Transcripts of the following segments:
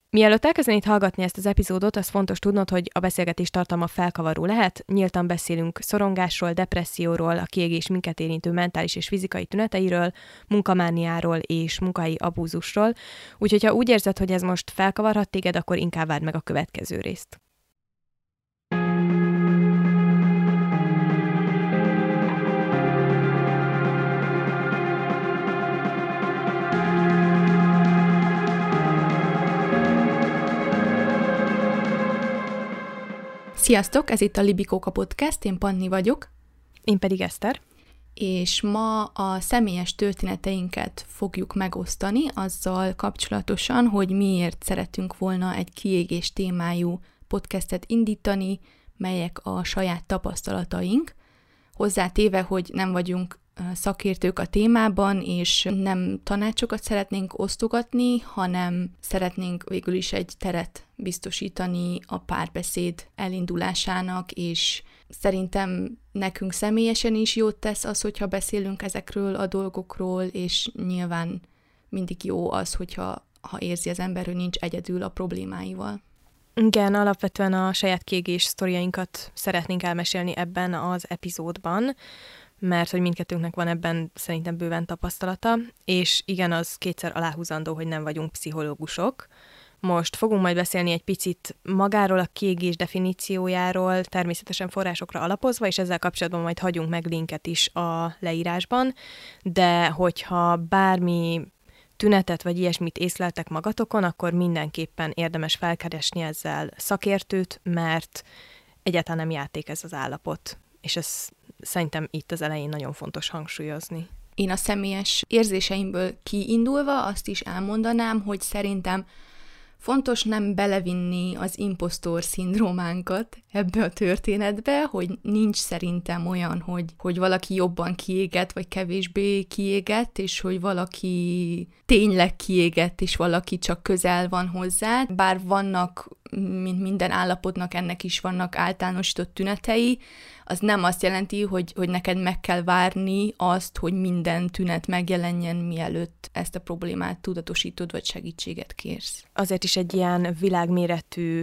Mielőtt elkezdenéd hallgatni ezt az epizódot, az fontos tudnod, hogy a beszélgetés tartalma felkavaró lehet. Nyíltan beszélünk szorongásról, depresszióról, a kiégés minket érintő mentális és fizikai tüneteiről, munkamániáról és munkahelyi abúzusról. Úgyhogy ha úgy érzed, hogy ez most felkavarhat téged, akkor inkább várd meg a következő részt. Sziasztok, ez itt a Libikóka Podcast, én Panni vagyok. Én pedig Eszter. És ma a személyes történeteinket fogjuk megosztani azzal kapcsolatosan, hogy miért szeretünk volna egy kiégés témájú podcastet indítani, melyek a saját tapasztalataink. Hozzátéve, hogy nem vagyunk szakértők a témában, és nem tanácsokat szeretnénk osztogatni, hanem szeretnénk végül is egy teret biztosítani a párbeszéd elindulásának, és szerintem nekünk személyesen is jót tesz az, hogyha beszélünk ezekről a dolgokról, és nyilván mindig jó az, hogyha érzi az ember, hogy nincs egyedül a problémáival. Igen, alapvetően a saját kiégés sztoriainkat szeretnénk elmesélni ebben az epizódban, mert hogy mindkettőnknek van ebben szerintem bőven tapasztalata, és igen, az kétszer aláhúzandó, hogy nem vagyunk pszichológusok. Most fogunk majd beszélni egy picit magáról, a kiégés definíciójáról, természetesen forrásokra alapozva, és ezzel kapcsolatban majd hagyunk meg linket is a leírásban, de hogyha bármi tünetet vagy ilyesmit észleltek magatokon, akkor mindenképpen érdemes felkeresni ezzel szakértőt, mert egyáltalán nem játék ez az állapot, és ez szerintem itt az elején nagyon fontos hangsúlyozni. Én a személyes érzéseimből kiindulva azt is elmondanám, hogy szerintem fontos nem belevinni az impostor szindrómánkat ebbe a történetbe, hogy nincs szerintem olyan, hogy valaki jobban kiégett, vagy kevésbé kiégett, és hogy valaki tényleg kiégett, és valaki csak közel van hozzá. Bár vannak, mint minden állapotnak, ennek is vannak általánosított tünetei, az nem azt jelenti, hogy neked meg kell várni azt, hogy minden tünet megjelenjen, mielőtt ezt a problémát tudatosítod, vagy segítséget kérsz. Azért is egy ilyen világméretű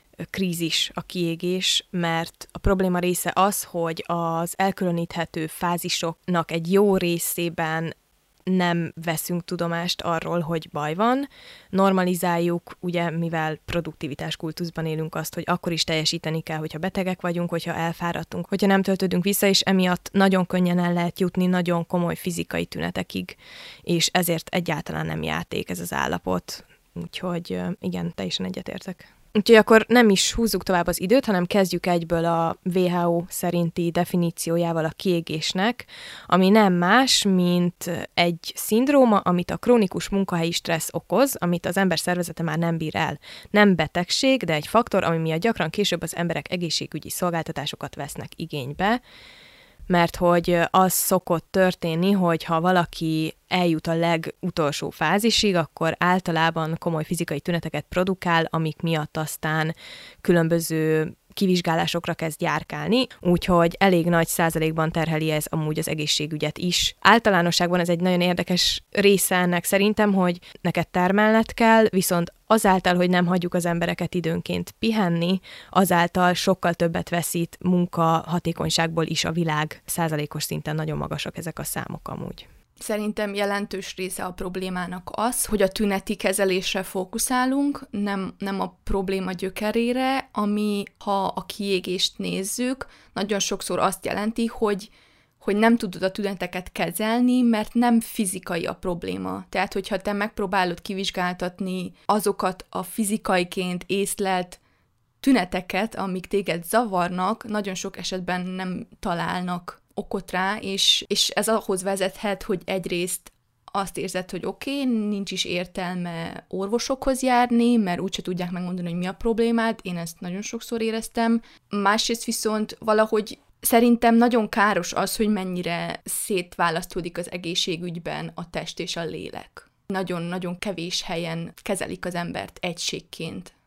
krízis a kiégés, mert a probléma része az, hogy az elkülöníthető fázisoknak egy jó részében nem veszünk tudomást arról, hogy baj van. Normalizáljuk, ugye, mivel produktivitás kultuszban élünk, azt, hogy akkor is teljesíteni kell, hogyha betegek vagyunk, hogyha elfáradtunk, hogyha nem töltődünk vissza, és emiatt nagyon könnyen el lehet jutni nagyon komoly fizikai tünetekig, és ezért egyáltalán nem játék ez az állapot. Úgyhogy igen, teljesen egyetértek. Úgyhogy akkor nem is húzzuk tovább az időt, hanem kezdjük egyből a WHO szerinti definíciójával a kiégésnek, ami nem más, mint egy szindróma, amit a krónikus munkahelyi stressz okoz, amit az ember szervezete már nem bír el. Nem betegség, de egy faktor, ami miatt gyakran később az emberek egészségügyi szolgáltatásokat vesznek igénybe, mert hogy az szokott történni, hogy ha valaki eljut a legutolsó fázisig, akkor általában komoly fizikai tüneteket produkál, amik miatt aztán különböző kivizsgálásokra kezd járkálni, úgyhogy elég nagy százalékban terheli ez amúgy az egészségügyet is. Általánosságban ez egy nagyon érdekes része ennek szerintem, hogy neked termelned kell, viszont azáltal, hogy nem hagyjuk az embereket időnként pihenni, azáltal sokkal többet veszít munka hatékonyságból is a világ. Százalékos szinten nagyon magasak ezek a számok amúgy. Szerintem jelentős része a problémának az, hogy a tüneti kezelésre fókuszálunk, nem a probléma gyökerére, ami, ha a kiégést nézzük, nagyon sokszor azt jelenti, hogy nem tudod a tüneteket kezelni, mert nem fizikai a probléma. Tehát, hogyha te megpróbálod kivizsgáltatni azokat a fizikaiként észlelt tüneteket, amik téged zavarnak, nagyon sok esetben nem találnak okot rá, és ez ahhoz vezethet, hogy egyrészt azt érzed, hogy oké, nincs is értelme orvosokhoz járni, mert úgyse tudják megmondani, hogy mi a problémád, én ezt nagyon sokszor éreztem. Másrészt viszont valahogy szerintem nagyon káros az, hogy mennyire szétválasztódik az egészségügyben a test és a lélek. Nagyon-nagyon kevés helyen kezelik az embert egységként.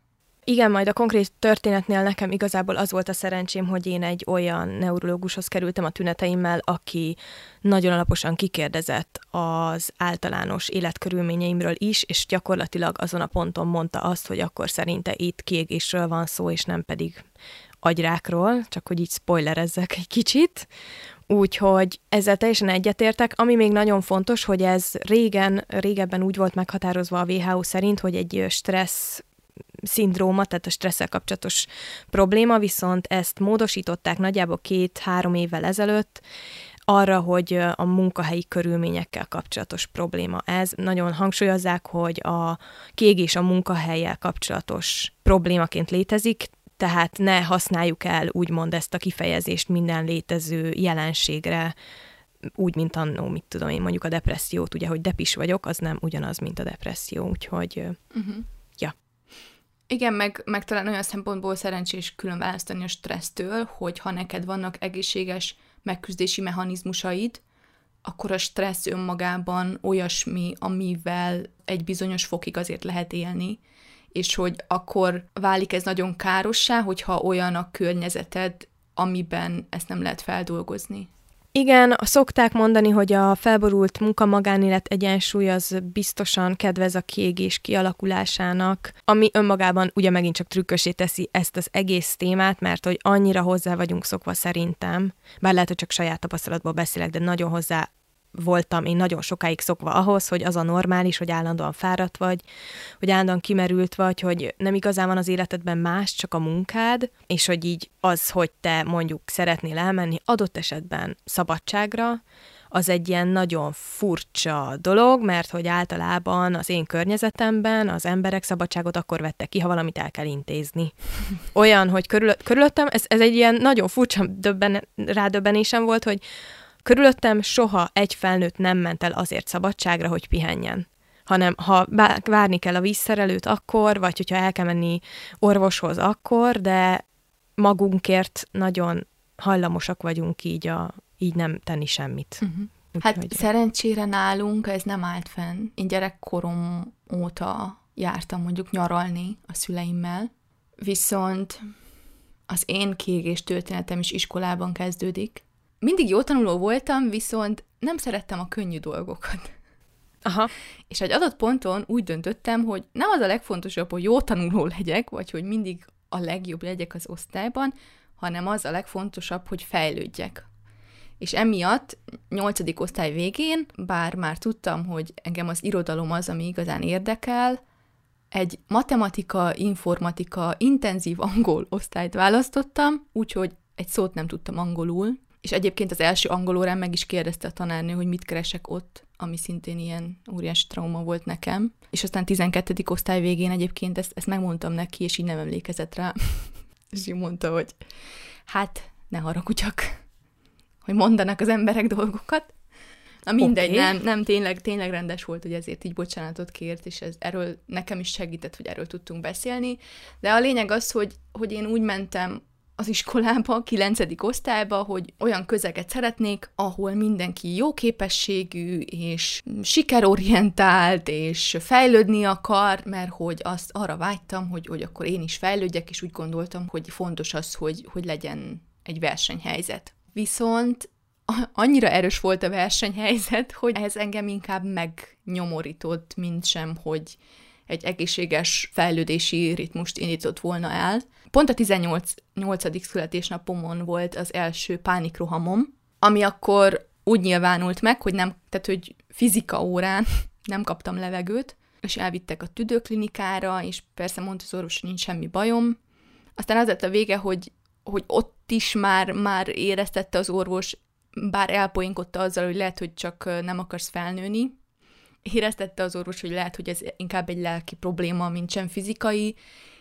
Igen, majd a konkrét történetnél nekem igazából az volt a szerencsém, hogy én egy olyan neurológushoz kerültem a tüneteimmel, aki nagyon alaposan kikérdezett az általános életkörülményeimről is, és gyakorlatilag azon a ponton mondta azt, hogy akkor szerinte itt kiégésről van szó, és nem pedig agyrákról, csak hogy így spoilerezzek egy kicsit. Úgyhogy ezzel teljesen egyetértek. Ami még nagyon fontos, hogy ez régebben úgy volt meghatározva a WHO szerint, hogy egy stressz szindróma, tehát a stresszel kapcsolatos probléma, viszont ezt módosították nagyjából 2-3 évvel ezelőtt arra, hogy a munkahelyi körülményekkel kapcsolatos probléma ez. Nagyon hangsúlyozzák, hogy a kiégés a munkahellyel kapcsolatos problémaként létezik, tehát ne használjuk el úgymond ezt a kifejezést minden létező jelenségre, úgy, mint annó, mit tudom én, mondjuk a depressziót, ugye, hogy depis vagyok, az nem ugyanaz, mint a depresszió, úgyhogy ja. Igen, meg talán olyan szempontból szerencsés külön választani a stressztől, hogy ha neked vannak egészséges megküzdési mechanizmusaid, akkor a stressz önmagában olyasmi, amivel egy bizonyos fokig azért lehet élni, és hogy akkor válik ez nagyon károssá, hogyha olyan a környezeted, amiben ezt nem lehet feldolgozni. Igen, szokták mondani, hogy a felborult munka-magánélet egyensúly az biztosan kedvez a kiégés kialakulásának, ami önmagában ugye megint csak trükkösé teszi ezt az egész témát, mert hogy annyira hozzá vagyunk szokva szerintem, bár lehet, hogy csak saját tapasztalatból beszélek, de nagyon hozzá voltam én nagyon sokáig szokva ahhoz, hogy az a normális, hogy állandóan fáradt vagy, hogy állandóan kimerült vagy, hogy nem igazán van az életedben más, csak a munkád, és hogy így az, hogy te mondjuk szeretnél elmenni adott esetben szabadságra, az egy ilyen nagyon furcsa dolog, mert hogy általában az én környezetemben az emberek szabadságot akkor vettek ki, ha valamit el kell intézni. Olyan, hogy körülöttem, ez egy ilyen nagyon furcsa rádöbbenésem volt, hogy körülöttem soha egy felnőtt nem ment el azért szabadságra, hogy pihenjen. Hanem ha várni kell a vízszerelőt, akkor, vagy hogyha el kell menni orvoshoz, akkor, de magunkért nagyon hajlamosak vagyunk így nem tenni semmit. Uh-huh. Hát szerencsére nálunk ez nem állt fenn. Én gyerekkorom óta jártam mondjuk nyaralni a szüleimmel, viszont az én kiégés történetem is iskolában kezdődik. Mindig jó tanuló voltam, viszont nem szerettem a könnyű dolgokat. Aha. És egy adott ponton úgy döntöttem, hogy nem az a legfontosabb, hogy jó tanuló legyek, vagy hogy mindig a legjobb legyek az osztályban, hanem az a legfontosabb, hogy fejlődjek. És emiatt 8. osztály végén, bár már tudtam, hogy engem az irodalom az, ami igazán érdekel, egy matematika, informatika, intenzív angol osztályt választottam, úgyhogy egy szót nem tudtam angolul, és egyébként az első angol órán meg is kérdezte a tanárnő, hogy mit keresek ott, ami szintén ilyen óriási trauma volt nekem. És aztán 12. osztály végén egyébként ezt megmondtam neki, és így nem emlékezett rá. És így mondta, hogy hát, ne haragudjak, hogy mondanak az emberek dolgokat. Na mindegy, okay. nem tényleg rendes volt, hogy ezért így bocsánatot kért, és erről nekem is segített, hogy erről tudtunk beszélni. De a lényeg az, hogy én úgy mentem az iskolába, 9. osztályba, hogy olyan közeget szeretnék, ahol mindenki jó képességű, és sikerorientált, és fejlődni akar, mert hogy azt arra vágytam, hogy akkor én is fejlődjek, és úgy gondoltam, hogy fontos az, hogy legyen egy versenyhelyzet. Viszont annyira erős volt a versenyhelyzet, hogy ez engem inkább megnyomorított, mint sem, hogy egy egészséges fejlődési ritmust indított volna el. Pont a 18. születésnapomon volt az első pánikrohamom, ami akkor úgy nyilvánult meg, hogy fizika órán nem kaptam levegőt, és elvittek a tüdőklinikára, és persze mondta az orvos, hogy nincs semmi bajom. Aztán az lett a vége, hogy ott is már éreztette az orvos, bár elpoénkodta azzal, hogy lehet, hogy csak nem akarsz felnőni. Éreztette az orvos, hogy lehet, hogy ez inkább egy lelki probléma, mint sem fizikai,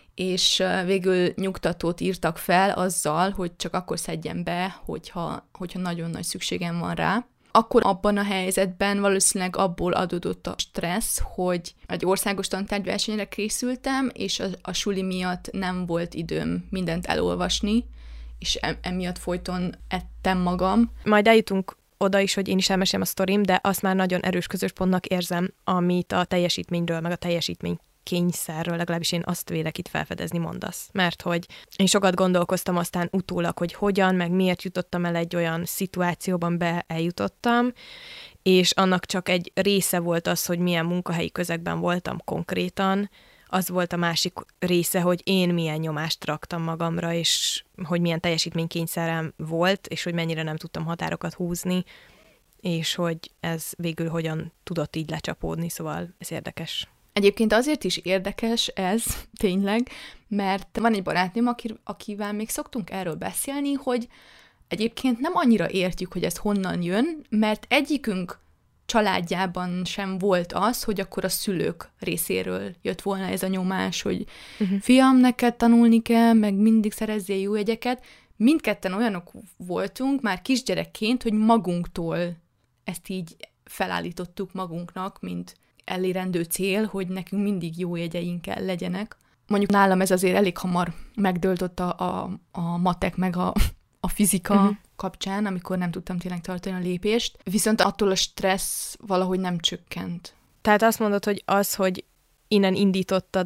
és végül nyugtatót írtak fel azzal, hogy csak akkor szedjen be, hogyha nagyon nagy szükségem van rá. Akkor abban a helyzetben valószínűleg abból adódott a stressz, hogy egy országos tantárgyversenyre készültem, és a suli miatt nem volt időm mindent elolvasni, és emiatt folyton ettem magam. Majd eljutunk oda is, hogy én is elmesélem a sztorim, de azt már nagyon erős közös pontnak érzem, amit a teljesítményről, meg a teljesítmény kényszerről, legalábbis én azt vélek itt felfedezni, mondasz. Mert hogy én sokat gondolkoztam aztán utólag, hogy hogyan, meg miért jutottam el egy olyan szituációban, eljutottam, és annak csak egy része volt az, hogy milyen munkahelyi közegben voltam konkrétan, az volt a másik része, hogy én milyen nyomást raktam magamra, és hogy milyen teljesítménykényszerem volt, és hogy mennyire nem tudtam határokat húzni, és hogy ez végül hogyan tudott így lecsapódni, szóval ez érdekes. Egyébként azért is érdekes ez, tényleg, mert van egy barátnőm, akivel még szoktunk erről beszélni, hogy egyébként nem annyira értjük, hogy ez honnan jön, mert egyikünk családjában sem volt az, hogy akkor a szülők részéről jött volna ez a nyomás, hogy fiam, neked tanulni kell, meg mindig szerezzél jó jegyeket. Mindketten olyanok voltunk már kisgyerekként, hogy magunktól ezt így felállítottuk magunknak, mint elérendő cél, hogy nekünk mindig jó jegyeink kell legyenek. Mondjuk nálam ez azért elég hamar megdőlt a matek meg a fizika kapcsán, amikor nem tudtam tényleg tartani a lépést. Viszont attól a stressz valahogy nem csökkent. Tehát azt mondod, hogy az, hogy innen indítottad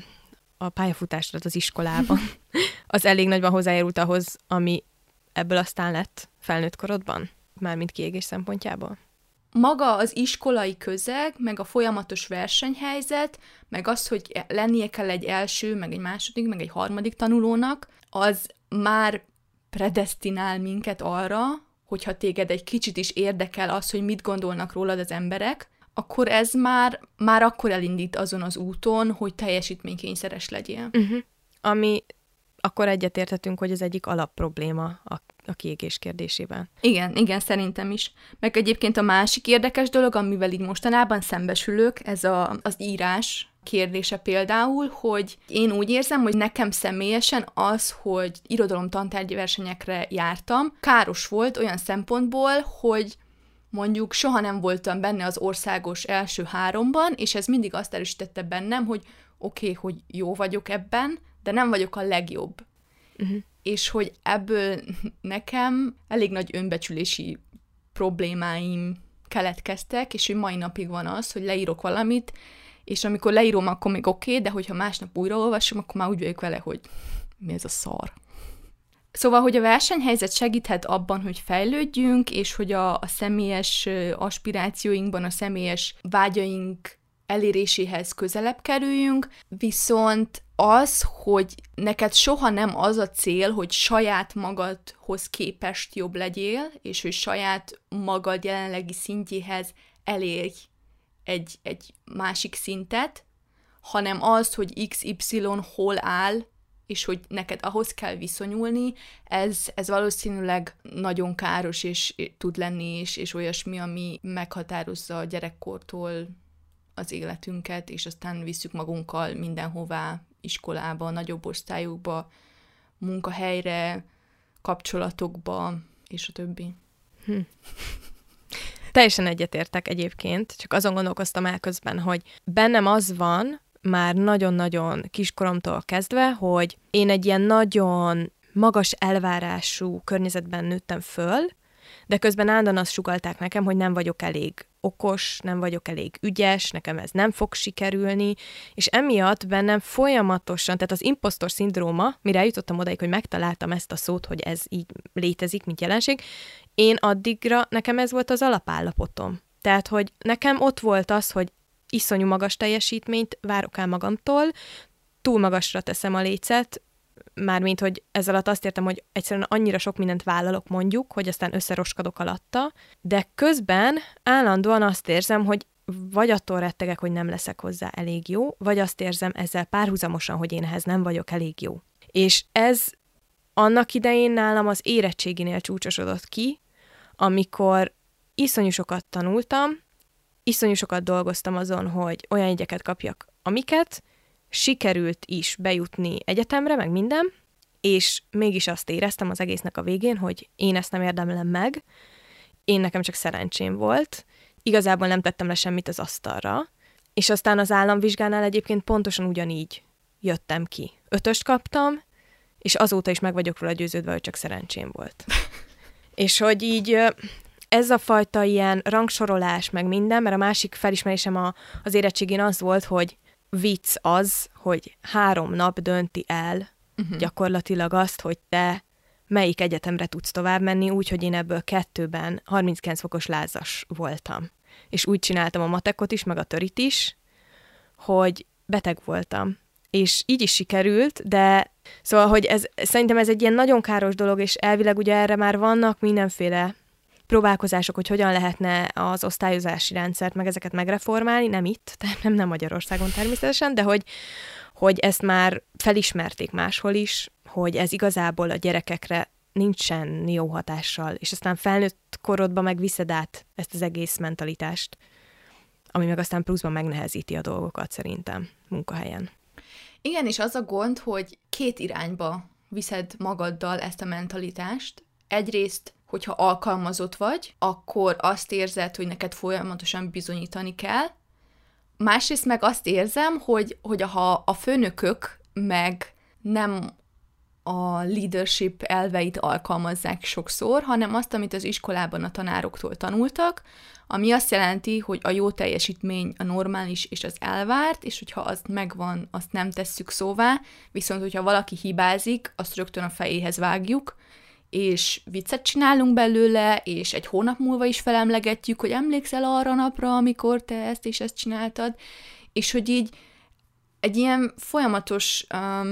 a pályafutásodat az iskolában, az elég nagyban hozzájárult ahhoz, ami ebből aztán lett felnőtt korodban? Mármint kiégés szempontjából? Maga az iskolai közeg, meg a folyamatos versenyhelyzet, meg az, hogy lennie kell egy első, meg egy második, meg egy harmadik tanulónak, az már predesztinál minket arra, hogyha téged egy kicsit is érdekel az, hogy mit gondolnak rólad az emberek, akkor ez már akkor elindít azon az úton, hogy teljesítménykényszeres legyél. Ami akkor egyetérthetünk, hogy az egyik alapprobléma a kiégés kérdésében. Igen, szerintem is. Meg egyébként a másik érdekes dolog, amivel így mostanában szembesülök, ez az írás kérdése például, hogy én úgy érzem, hogy nekem személyesen az, hogy irodalomtantárgyi versenyekre jártam, káros volt olyan szempontból, hogy mondjuk soha nem voltam benne az országos első 3-ban, és ez mindig azt erősítette bennem, hogy oké, hogy jó vagyok ebben, de nem vagyok a legjobb. És hogy ebből nekem elég nagy önbecsülési problémáim keletkeztek, és hogy mai napig van az, hogy leírok valamit, és amikor leírom, akkor még oké, de hogyha másnap újraolvasom, akkor már úgy vagyok vele, hogy mi ez a szar. Szóval, hogy a versenyhelyzet segíthet abban, hogy fejlődjünk, és hogy a személyes aspirációinkban, a személyes vágyaink eléréséhez közelebb kerüljünk, viszont az, hogy neked soha nem az a cél, hogy saját magadhoz képest jobb legyél, és hogy saját magad jelenlegi szintjéhez elérj egy másik szintet, hanem az, hogy XY hol áll, és hogy neked ahhoz kell viszonyulni, ez valószínűleg nagyon káros és tud lenni, és olyasmi, ami meghatározza a gyerekkortól az életünket, és aztán visszük magunkkal mindenhová, iskolába, nagyobb osztályokba, munkahelyre, kapcsolatokba, és a többi. Teljesen egyetértek egyébként, csak azon gondolkoztam el közben, hogy bennem az van, már nagyon-nagyon kiskoromtól kezdve, hogy én egy ilyen nagyon magas elvárású környezetben nőttem föl, de közben állandóan azt sugallták nekem, hogy nem vagyok elég okos, nem vagyok elég ügyes, nekem ez nem fog sikerülni, és emiatt bennem folyamatosan, tehát az imposztor szindróma, mire eljutottam odaig, hogy megtaláltam ezt a szót, hogy ez így létezik, mint jelenség, én addigra, nekem ez volt az alapállapotom. Tehát, hogy nekem ott volt az, hogy iszonyú magas teljesítményt várok el magamtól, túl magasra teszem a lécet, mármint, hogy ezzel alatt azt értem, hogy egyszerűen annyira sok mindent vállalok mondjuk, hogy aztán összeroskadok alatta, de közben állandóan azt érzem, hogy vagy attól rettegek, hogy nem leszek hozzá elég jó, vagy azt érzem ezzel párhuzamosan, hogy én ehhez nem vagyok elég jó. És ez annak idején nálam az érettséginél csúcsosodott ki, amikor iszonyú sokat tanultam, iszonyú sokat dolgoztam azon, hogy olyan jegyeket kapjak, amiket, sikerült is bejutni egyetemre, meg minden, és mégis azt éreztem az egésznek a végén, hogy én ezt nem érdemlem meg, nekem csak szerencsém volt, igazából nem tettem le semmit az asztalra, és aztán az államvizsgánál egyébként pontosan ugyanígy jöttem ki. 5-öst kaptam, és azóta is meg vagyok róla győződve, hogy csak szerencsém volt. És hogy így ez a fajta ilyen rangsorolás meg minden, mert a másik felismerésem az érettségén az volt, hogy vicc az, hogy 3 nap dönti el gyakorlatilag azt, hogy te melyik egyetemre tudsz tovább menni, úgyhogy én ebből 2-ben 39 fokos lázas voltam. És úgy csináltam a matekot is, meg a törit is, hogy beteg voltam. És így is sikerült, de szóval, hogy szerintem ez egy ilyen nagyon káros dolog, és elvileg ugye erre már vannak mindenféle próbálkozások, hogy hogyan lehetne az osztályozási rendszert, meg ezeket megreformálni, nem itt, nem Magyarországon természetesen, de hogy ezt már felismerték máshol is, hogy ez igazából a gyerekekre nincsen jó hatással, és aztán felnőtt korodban meg viszed át ezt az egész mentalitást, ami meg aztán pluszban megnehezíti a dolgokat szerintem munkahelyen. Igen, és az a gond, hogy 2 irányba viszed magaddal ezt a mentalitást. Egyrészt, hogyha alkalmazott vagy, akkor azt érzed, hogy neked folyamatosan bizonyítani kell. Másrészt meg azt érzem, hogy ha a főnökök meg nem a leadership elveit alkalmazzák sokszor, hanem azt, amit az iskolában a tanároktól tanultak, ami azt jelenti, hogy a jó teljesítmény a normális és az elvárt, és hogyha az megvan, azt nem tesszük szóvá, viszont hogyha valaki hibázik, azt rögtön a fejéhez vágjuk, és viccet csinálunk belőle, és egy hónap múlva is felemlegetjük, hogy emlékszel arra napra, amikor te ezt és ezt csináltad, és hogy így egy ilyen folyamatos,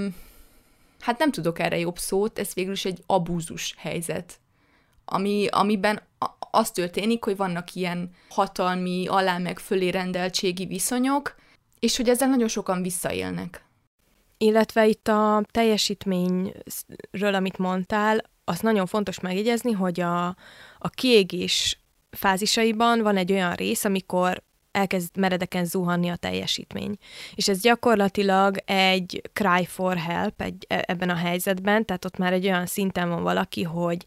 hát nem tudok erre jobb szót, ez végül is egy abúzus helyzet, amiben az történik, hogy vannak ilyen hatalmi, alá meg fölé rendeltségi viszonyok, és hogy ezzel nagyon sokan visszaélnek. Illetve itt a teljesítményről, amit mondtál, azt nagyon fontos megjegyezni, hogy a kiégés fázisaiban van egy olyan rész, amikor elkezd meredeken zuhanni a teljesítmény. És ez gyakorlatilag egy cry for help ebben a helyzetben, tehát ott már egy olyan szinten van valaki, hogy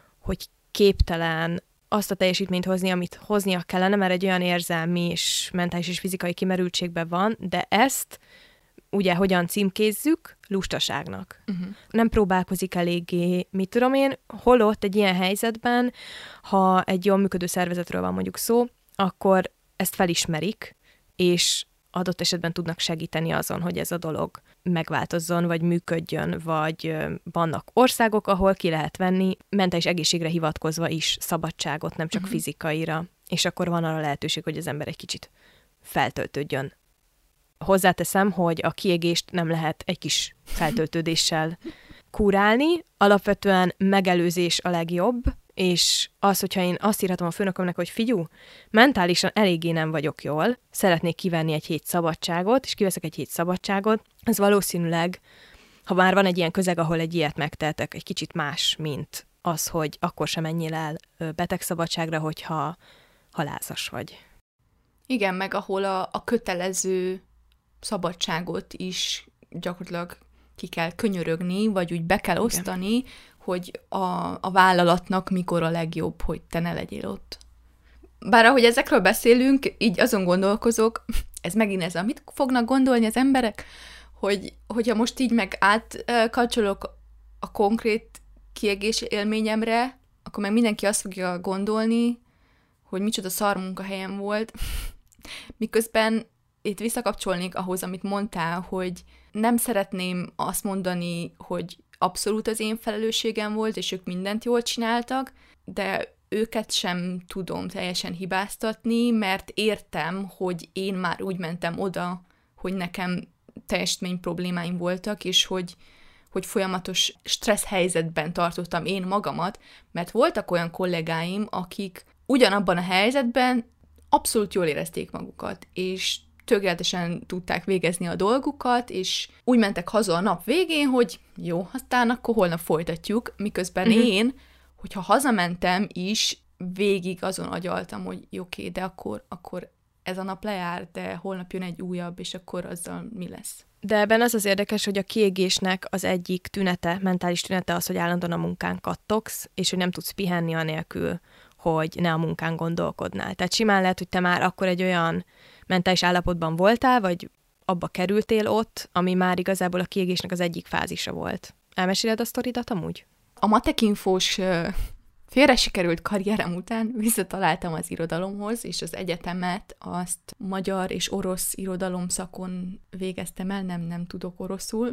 képtelen azt a teljesítményt hozni, amit hoznia kellene, mert egy olyan érzelmi és mentális és fizikai kimerültségben van, de ezt ugye hogyan címkézzük? Lustaságnak. Nem próbálkozik eléggé, mit tudom én, holott egy ilyen helyzetben, ha egy jól működő szervezetről van mondjuk szó, akkor ezt felismerik, és adott esetben tudnak segíteni azon, hogy ez a dolog megváltozzon, vagy működjön, vagy vannak országok, ahol ki lehet venni mentális egészségre hivatkozva is szabadságot, nem csak fizikaira, és akkor van arra lehetőség, hogy az ember egy kicsit feltöltődjön. Hozzáteszem, hogy a kiégést nem lehet egy kis feltöltődéssel kurálni, alapvetően megelőzés a legjobb, és az, hogyha én azt írhatom a főnökömnek, hogy figyú, mentálisan eléggé nem vagyok jól, szeretnék kivenni egy hét szabadságot, és kiveszek egy hét szabadságot, ez valószínűleg, ha már van egy ilyen közeg, ahol egy ilyet megtehetek, egy kicsit más, mint az, hogy akkor sem menjél el betegszabadságra, hogyha lázas vagy. Igen, meg ahol a kötelező szabadságot is gyakorlatilag ki kell könyörögni, vagy úgy be kell osztani, hogy a vállalatnak mikor a legjobb, hogy te ne legyél ott. Bár ahogy ezekről beszélünk, így azon gondolkozok, ez megint ez, amit fognak gondolni az emberek, hogyha most így meg átkapcsolok a konkrét kiégés élményemre, akkor meg mindenki azt fogja gondolni, hogy micsoda szar munkahelyem volt, miközben itt visszakapcsolnék ahhoz, amit mondtál, hogy nem szeretném azt mondani, hogy abszolút az én felelősségem volt, és ők mindent jól csináltak, de őket sem tudom teljesen hibáztatni, mert értem, hogy én már úgy mentem oda, hogy nekem teljesítmény problémáim voltak, és hogy folyamatos stressz helyzetben tartottam én magamat, mert voltak olyan kollégáim, akik ugyanabban a helyzetben abszolút jól érezték magukat, és tökéletesen tudták végezni a dolgukat, és úgy mentek haza a nap végén, hogy jó, aztán akkor holnap folytatjuk, miközben én, hogyha hazamentem is, végig azon agyaltam, hogy oké, de akkor ez a nap lejár, de holnap jön egy újabb, és akkor azzal mi lesz. De ebben az érdekes, hogy a kiégésnek az egyik tünete, mentális tünete az, hogy állandóan a munkán kattogsz, és hogy nem tudsz pihenni anélkül, hogy ne a munkán gondolkodnál. Tehát simán lehet, hogy te már akkor egy olyan mentális állapotban voltál, vagy abba kerültél ott, ami már igazából a kiégésnek az egyik fázisa volt. Elmeséled a sztoridat amúgy? A matekinfós Félre sikerült karrierem után visszataláltam az irodalomhoz, és az egyetemet azt magyar és orosz irodalom szakon végeztem el, nem tudok oroszul.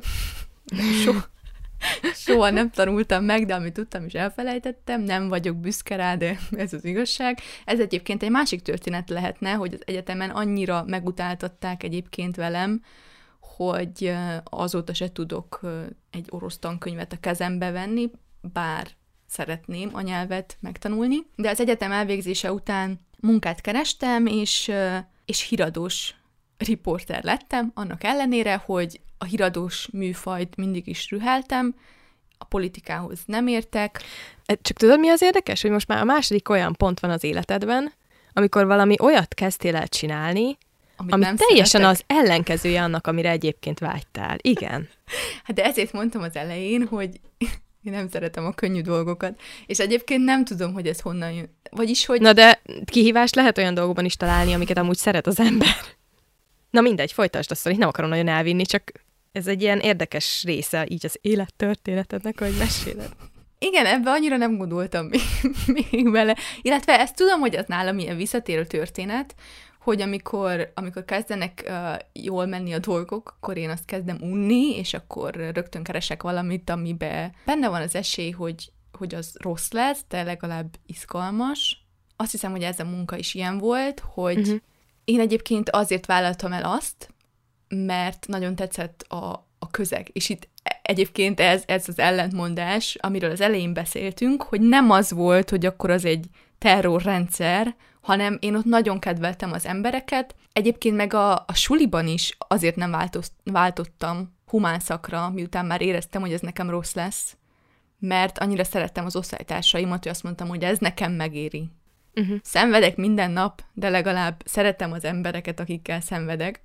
Soha nem tanultam meg, de amit tudtam is elfelejtettem, nem vagyok büszke rá, de ez az igazság. Ez egyébként egy másik történet lehetne, hogy az egyetemen annyira megutáltatták egyébként velem, hogy azóta se tudok egy orosz tankönyvet a kezembe venni, bár szeretném a nyelvet megtanulni. De az egyetem elvégzése után munkát kerestem, és híradós riporter lettem, annak ellenére, hogy a híradós műfajt mindig is rüheltem, a politikához nem értek. Csak tudod, mi az érdekes? Hogy most már a második olyan pont van az életedben, amikor valami olyat kezdtél el csinálni, ami teljesen szeretek. Az ellenkezője annak, amire egyébként vágytál. Igen. Hát de ezért mondtam az elején, hogy én nem szeretem a könnyű dolgokat, és egyébként nem tudom, hogy ez honnan jön. Vagyis, hogy... Na de kihívást lehet olyan dolgokban is találni, amiket amúgy szeret az ember. Na mindegy, folytasd azt, hogy nem akarom nagyon elvinni, csak ez egy ilyen érdekes része így az élettörténetednek, hogy meséled. Igen, ebbe annyira nem gondoltam még bele. Illetve ezt tudom, hogy ez nálam ilyen visszatérő történet, hogy amikor kezdenek jól menni a dolgok, akkor én azt kezdem unni, és akkor rögtön keresek valamit, amiben benne van az esély, hogy az rossz lesz, de legalább izgalmas. Azt hiszem, hogy ez a munka is ilyen volt, hogy én egyébként azért vállaltam el azt, mert nagyon tetszett a közeg. És itt egyébként ez az ellentmondás, amiről az elején beszéltünk, hogy nem az volt, hogy akkor az egy terrorrendszer, hanem én ott nagyon kedveltem az embereket. Egyébként meg a suliban is azért nem váltottam humán szakra, miután már éreztem, hogy ez nekem rossz lesz, mert annyira szerettem az osztálytársaimat, hogy azt mondtam, hogy ez nekem megéri. Szenvedek minden nap, de legalább szeretem az embereket, akikkel szenvedek.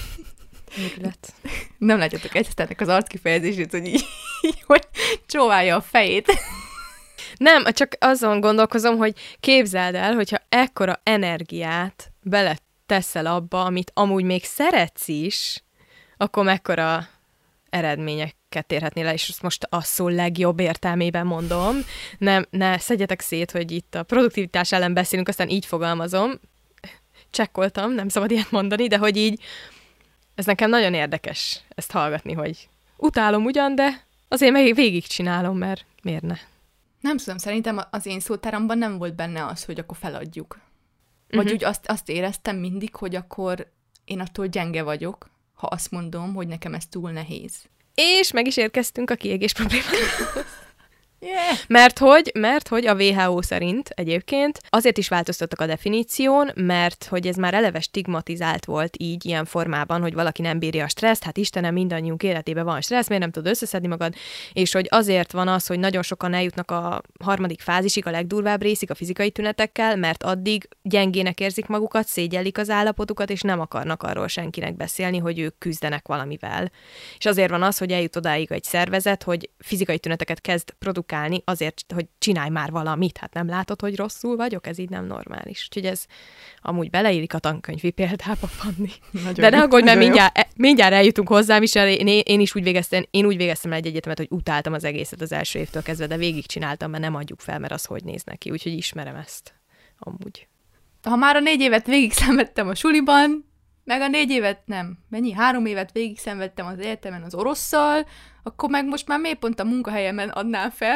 Nem látjátok Eszternek az arckifejezését, hogy így hogy csóválja a fejét. Nem, csak azon gondolkozom, hogy képzeld el, hogyha ekkora energiát beleteszel abba, amit amúgy még szeretsz is, akkor mekkora eredményeket érhetnél le, és ezt most a szó legjobb értelmében mondom. Ne szedjetek szét, hogy itt a produktivitás ellen beszélünk, aztán így fogalmazom. Csekkoltam, nem szabad ilyet mondani, de hogy így ez nekem nagyon érdekes ezt hallgatni, hogy utálom ugyan, de azért meg végigcsinálom, mert miért ne? Nem tudom, szerintem az én szótáramban nem volt benne az, hogy akkor feladjuk. Vagy úgy azt éreztem mindig, hogy akkor én attól gyenge vagyok, ha azt mondom, hogy nekem ez túl nehéz. És meg is érkeztünk a kiégés problémához. Yeah. Mert hogy a WHO szerint egyébként azért is változtattak a definíción, mert hogy ez már eleve stigmatizált volt így, ilyen formában, hogy valaki nem bírja a stresszt, hát Istenem, mindannyiunk életében van stressz, miért nem tudod összeszedni magad, és hogy azért van az, hogy nagyon sokan eljutnak a harmadik fázisig, a legdurvább részig a fizikai tünetekkel, mert addig gyengének érzik magukat, szégyellik az állapotukat, és nem akarnak arról senkinek beszélni, hogy ők küzdenek valamivel. És azért van az, hogy eljut odáig egy szervezet, hogy fizikai tüneteket kezd produkálni azért, hogy csinálj már valamit. Hát nem látod, hogy rosszul vagyok? Ez így nem normális. Úgyhogy ez amúgy beleillik a tankönyvi példába, Panni. De ne aggódj, mert mindjárt eljutunk hozzám is. Én úgy végeztem el egy egyetemet, hogy utáltam az egészet az első évtől kezdve, de végigcsináltam, mert nem adjuk fel, mert az hogy néz neki. Úgyhogy ismerem ezt amúgy. Ha már a 4 évet végig szenvedtem a suliban, meg a 4 évet nem. 3 évet végig szenvedtem az egyetemen az orosszal, akkor meg most már mély pont a munkahelyemen adnám fel.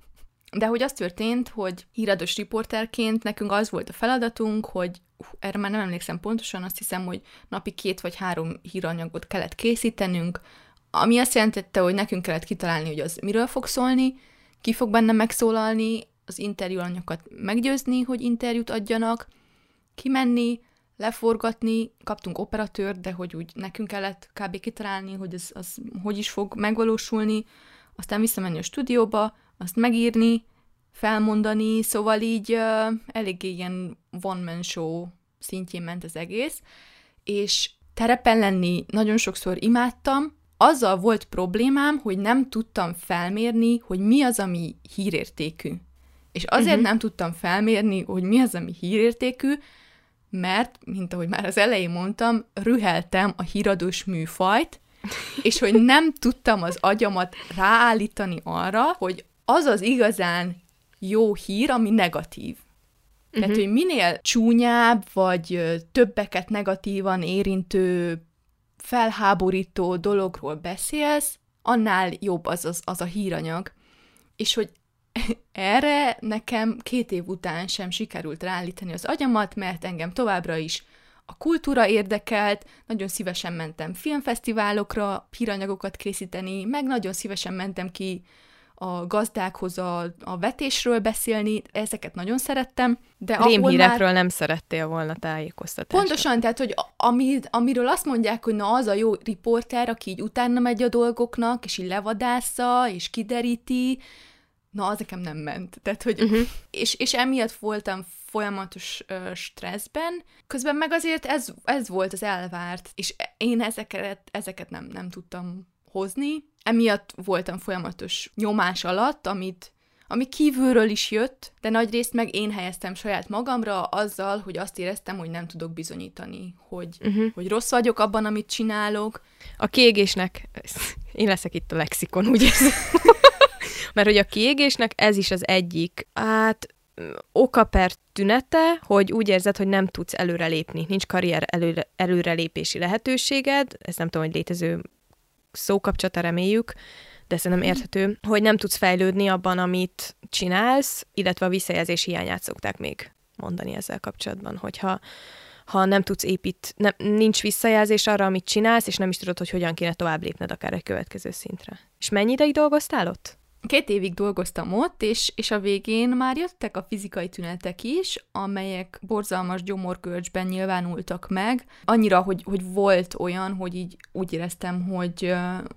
De hogy az történt, hogy híradós riporterként nekünk az volt a feladatunk, hogy erre már nem emlékszem pontosan, azt hiszem, hogy napi 2 vagy 3 híranyagot kellett készítenünk, ami azt jelentette, hogy nekünk kellett kitalálni, hogy az miről fog szólni, ki fog benne megszólalni, az interjúanyagokat meggyőzni, hogy interjút adjanak, kimenni, leforgatni, kaptunk operatőrt, de hogy úgy nekünk kellett kb. Kitalálni, hogy az hogy is fog megvalósulni, aztán visszamenni a stúdióba, azt megírni, felmondani, szóval így eléggé ilyen one-man show szintjén ment az egész, és terepen lenni nagyon sokszor imádtam, azzal volt problémám, hogy nem tudtam felmérni, hogy mi az, ami hírértékű. És azért nem tudtam felmérni, hogy mi az, ami hírértékű, mert, mint ahogy már az elején mondtam, rüheltem a híradós műfajt, és hogy nem tudtam az agyamat ráállítani arra, hogy az az igazán jó hír, ami negatív. Tehát, hogy minél csúnyább, vagy többeket negatívan érintő, felháborító dologról beszélsz, annál jobb az a híranyag. És hogy erre nekem 2 év után sem sikerült ráállítani az agyamat, mert engem továbbra is a kultúra érdekelt, nagyon szívesen mentem filmfesztiválokra híranyagokat készíteni, meg nagyon szívesen mentem ki a gazdákhoz a vetésről beszélni, ezeket nagyon szerettem. De rémhírekről nem szerettél volna tájékoztatást. Pontosan, tehát, hogy amiről azt mondják, hogy na az a jó riporter, aki így utána megy a dolgoknak, és így levadásza, és kideríti, na, az nekem nem ment. Tehát, hogy, és emiatt voltam folyamatos stresszben, közben meg azért ez volt az elvárt, és én ezeket nem tudtam hozni. Emiatt voltam folyamatos nyomás alatt, ami kívülről is jött, de nagyrészt meg én helyeztem saját magamra azzal, hogy azt éreztem, hogy nem tudok bizonyítani, hogy rossz vagyok abban, amit csinálok. A kiégésnek, én leszek itt a lexikon, úgy érzem. Mert hogy a kiégésnek ez is az egyik, oka per tünete, hogy úgy érzed, hogy nem tudsz előrelépni, nincs karrier előrelépési lehetőséged, ez nem tudom, hogy létező szókapcsata, reméljük, de szerintem érthető, hogy nem tudsz fejlődni abban, amit csinálsz, illetve a visszajelzés hiányát szokták még mondani ezzel kapcsolatban, hogyha nem tudsz nincs visszajelzés arra, amit csinálsz, és nem is tudod, hogy hogyan kéne tovább lépned akár egy következő szintre. És mennyi ideig dolgoztál ott? 2 évig dolgoztam ott, és a végén már jöttek a fizikai tünetek is, amelyek borzalmas gyomorgörcsben nyilvánultak meg. Annyira, hogy volt olyan, hogy így úgy éreztem, hogy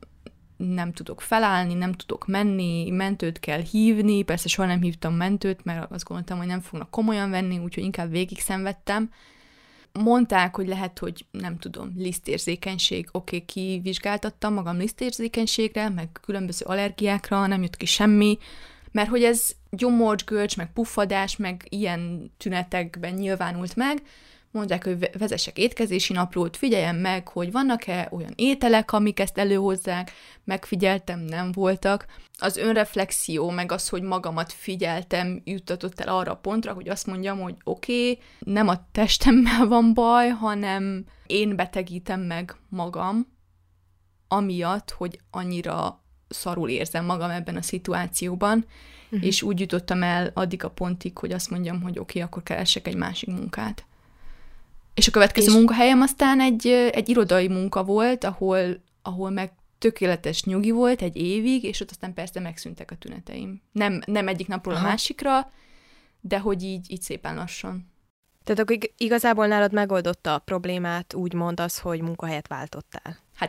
nem tudok felállni, nem tudok menni, mentőt kell hívni, persze soha nem hívtam mentőt, mert azt gondoltam, hogy nem fognak komolyan venni, úgyhogy inkább végig szenvedtem. Mondták, hogy lehet, hogy nem tudom, lisztérzékenység, oké, kivizsgáltattam magam lisztérzékenységre, meg különböző allergiákra, nem jött ki semmi, mert hogy ez gyomorgörcs, meg puffadás, meg ilyen tünetekben nyilvánult meg. Mondják, hogy vezessek étkezési naplót, figyeljem meg, hogy vannak-e olyan ételek, amik ezt előhozzák, megfigyeltem, nem voltak. Az önreflexió, meg az, hogy magamat figyeltem, juttatott el arra a pontra, hogy azt mondjam, hogy oké, nem a testemmel van baj, hanem én betegítem meg magam, amiatt, hogy annyira szarul érzem magam ebben a szituációban, és úgy jutottam el addig a pontig, hogy azt mondjam, hogy oké, akkor keressek egy másik munkát. És a következő munkahelyem aztán egy irodai munka volt, ahol meg tökéletes nyugi volt 1 évig, és ott aztán persze megszűntek a tüneteim. Nem egyik napról a másikra, de hogy így szépen lassan. Tehát akkor igazából nálad megoldotta a problémát, úgy mondasz, hogy munkahelyet váltottál. Hát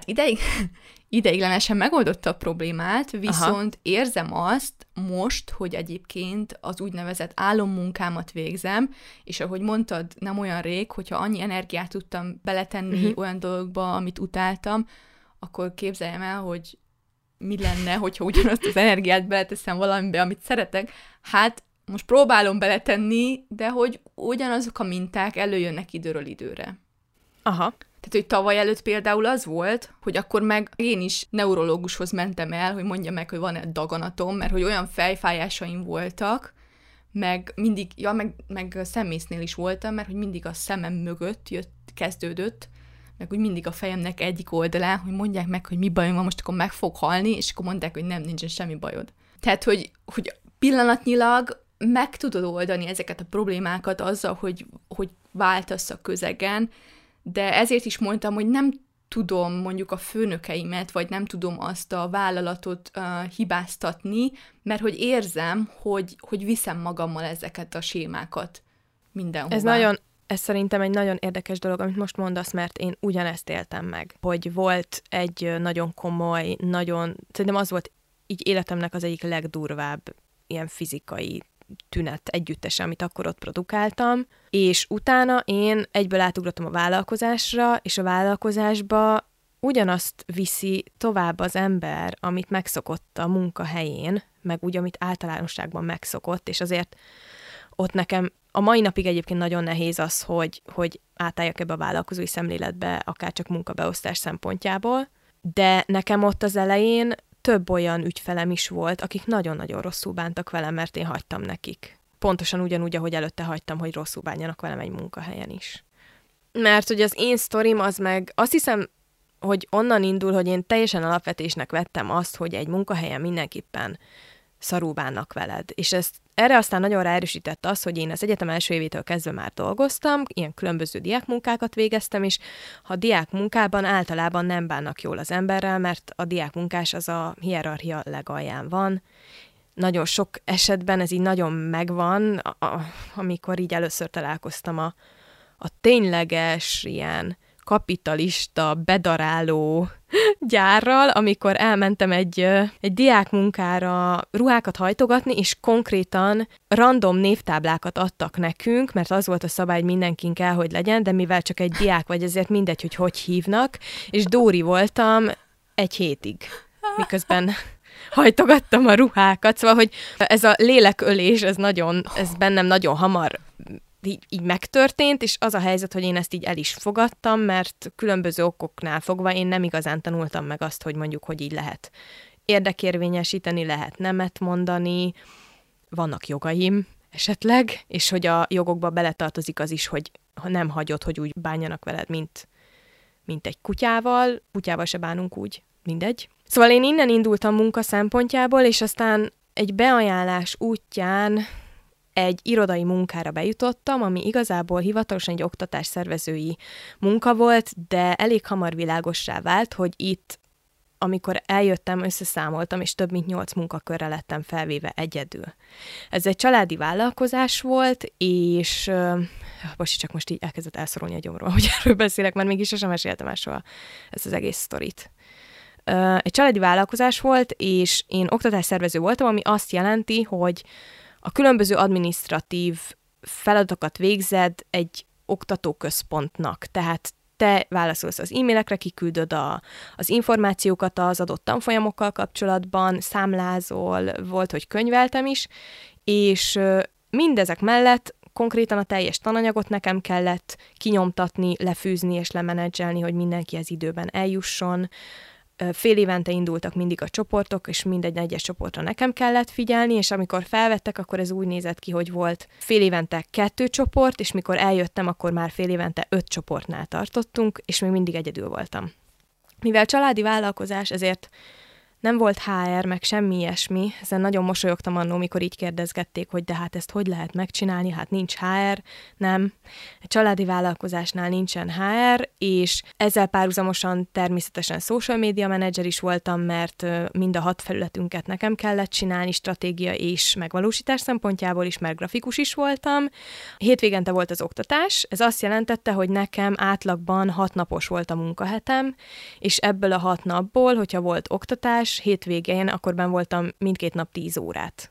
ideiglenesen megoldotta a problémát, viszont érzem azt most, hogy egyébként az úgynevezett álommunkámat végzem, és ahogy mondtad, nem olyan rég, hogyha annyi energiát tudtam beletenni olyan dolgokba, amit utáltam, akkor képzeljem el, hogy mi lenne, hogyha ugyanazt az energiát beleteszem valamibe, amit szeretek. Hát most próbálom beletenni, de hogy ugyanazok a minták előjönnek időről időre. Aha. Tehát, hogy tavaly előtt például az volt, hogy akkor meg én is neurológushoz mentem el, hogy mondja meg, hogy van-e daganatom, mert hogy olyan fejfájásaim voltak, meg mindig, meg szemésznél is voltam, mert hogy mindig a szemem mögött kezdődött, meg úgy mindig a fejemnek egyik oldalán, hogy mondják meg, hogy mi bajom van, most akkor meg fog halni, és akkor mondták, hogy nem, nincsen semmi bajod. Tehát, hogy pillanatnyilag meg tudod oldani ezeket a problémákat azzal, hogy váltasz a közegen, de ezért is mondtam, hogy nem tudom mondjuk a főnökeimet, vagy nem tudom azt a vállalatot hibáztatni, mert hogy érzem, hogy viszem magammal ezeket a sémákat mindenhová. Ez szerintem egy nagyon érdekes dolog, amit most mondasz, mert én ugyanezt éltem meg, hogy volt egy nagyon komoly, szerintem az volt így életemnek az egyik legdurvább ilyen fizikai tünet együttese, amit akkor ott produkáltam, és utána én egyből átugrottam a vállalkozásra, és a vállalkozásba ugyanazt viszi tovább az ember, amit megszokott a munkahelyén, meg úgy, amit általánosságban megszokott, és azért ott nekem a mai napig egyébként nagyon nehéz az, hogy átálljak ebbe a vállalkozói szemléletbe, akár csak munkabeosztás szempontjából, de nekem ott az elején több olyan ügyfelem is volt, akik nagyon-nagyon rosszul bántak velem, mert én hagytam nekik. Pontosan ugyanúgy, ahogy előtte hagytam, hogy rosszul bánjanak velem egy munkahelyen is. Mert hogy az én sztorim az meg, azt hiszem, hogy onnan indul, hogy én teljesen alapvetésnek vettem azt, hogy egy munkahelyen mindenképpen szarul bánnak veled. És erre aztán nagyon ráerősített az, hogy én az egyetem első évétől kezdve már dolgoztam, ilyen különböző diákmunkákat végeztem, és ha diákmunkában általában nem bánnak jól az emberrel, mert a diákmunkás az a hierarchia legalján van. Nagyon sok esetben ez így nagyon megvan, amikor így először találkoztam a tényleges ilyen kapitalista, bedaráló gyárral, amikor elmentem egy diákmunkára ruhákat hajtogatni, és konkrétan random névtáblákat adtak nekünk, mert az volt a szabály, hogy mindenkin kell, hogy legyen, de mivel csak egy diák vagy, ezért mindegy, hogy hívnak, és Dóri voltam egy hétig, miközben hajtogattam a ruhákat, szóval, hogy ez a lélekölés, ez bennem nagyon hamar így megtörtént, és az a helyzet, hogy én ezt így el is fogadtam, mert különböző okoknál fogva én nem igazán tanultam meg azt, hogy mondjuk, hogy így lehet érdekérvényesíteni, lehet nemet mondani, vannak jogaim esetleg, és hogy a jogokba beletartozik az is, hogy ha nem hagyod, hogy úgy bánjanak veled, mint egy kutyával se bánunk úgy, mindegy. Szóval én innen indultam munka szempontjából, és aztán egy beajánlás útján egy irodai munkára bejutottam, ami igazából hivatalosan egy oktatásszervezői munka volt, de elég hamar világossá vált, hogy itt, amikor eljöttem, összeszámoltam, és több mint 8 munkakörre lettem felvéve egyedül. Ez egy családi vállalkozás volt, és csak most így elkezdett elszorulni a gyomról, hogy erről beszélek, mert mégis sosem meséltem el soha ezt az egész sztorit. Egy családi vállalkozás volt, és én oktatásszervező voltam, ami azt jelenti, hogy a különböző adminisztratív feladatokat végzed egy oktatóközpontnak, tehát te válaszolsz az e-mailekre, kiküldöd az információkat az adott tanfolyamokkal kapcsolatban, számlázol, volt, hogy könyveltem is, és mindezek mellett konkrétan a teljes tananyagot nekem kellett kinyomtatni, lefűzni és lemenedzselni, hogy mindenki az időben eljusson. Fél évente indultak mindig a csoportok, és mindegy egyes csoportra nekem kellett figyelni, és amikor felvettek, akkor ez úgy nézett ki, hogy volt fél évente 2 csoport, és mikor eljöttem, akkor már fél évente 5 csoportnál tartottunk, és még mindig egyedül voltam. Mivel családi vállalkozás, ezért nem volt HR, meg semmi ilyesmi, ezen nagyon mosolyogtam annól, mikor így kérdezgették, hogy de hát ezt hogy lehet megcsinálni, hát nincs HR, nem. Egy családi vállalkozásnál nincsen HR, és ezzel párhuzamosan természetesen social media menedzser is voltam, mert mind a 6 felületünket nekem kellett csinálni, stratégia és megvalósítás szempontjából is, mert grafikus is voltam. Hétvégente volt az oktatás, ez azt jelentette, hogy nekem átlagban 6 napos volt a munkahetem, és ebből a 6 napból, hogyha volt oktatás, hétvégén, akkor benn voltam mindkét nap 10 órát.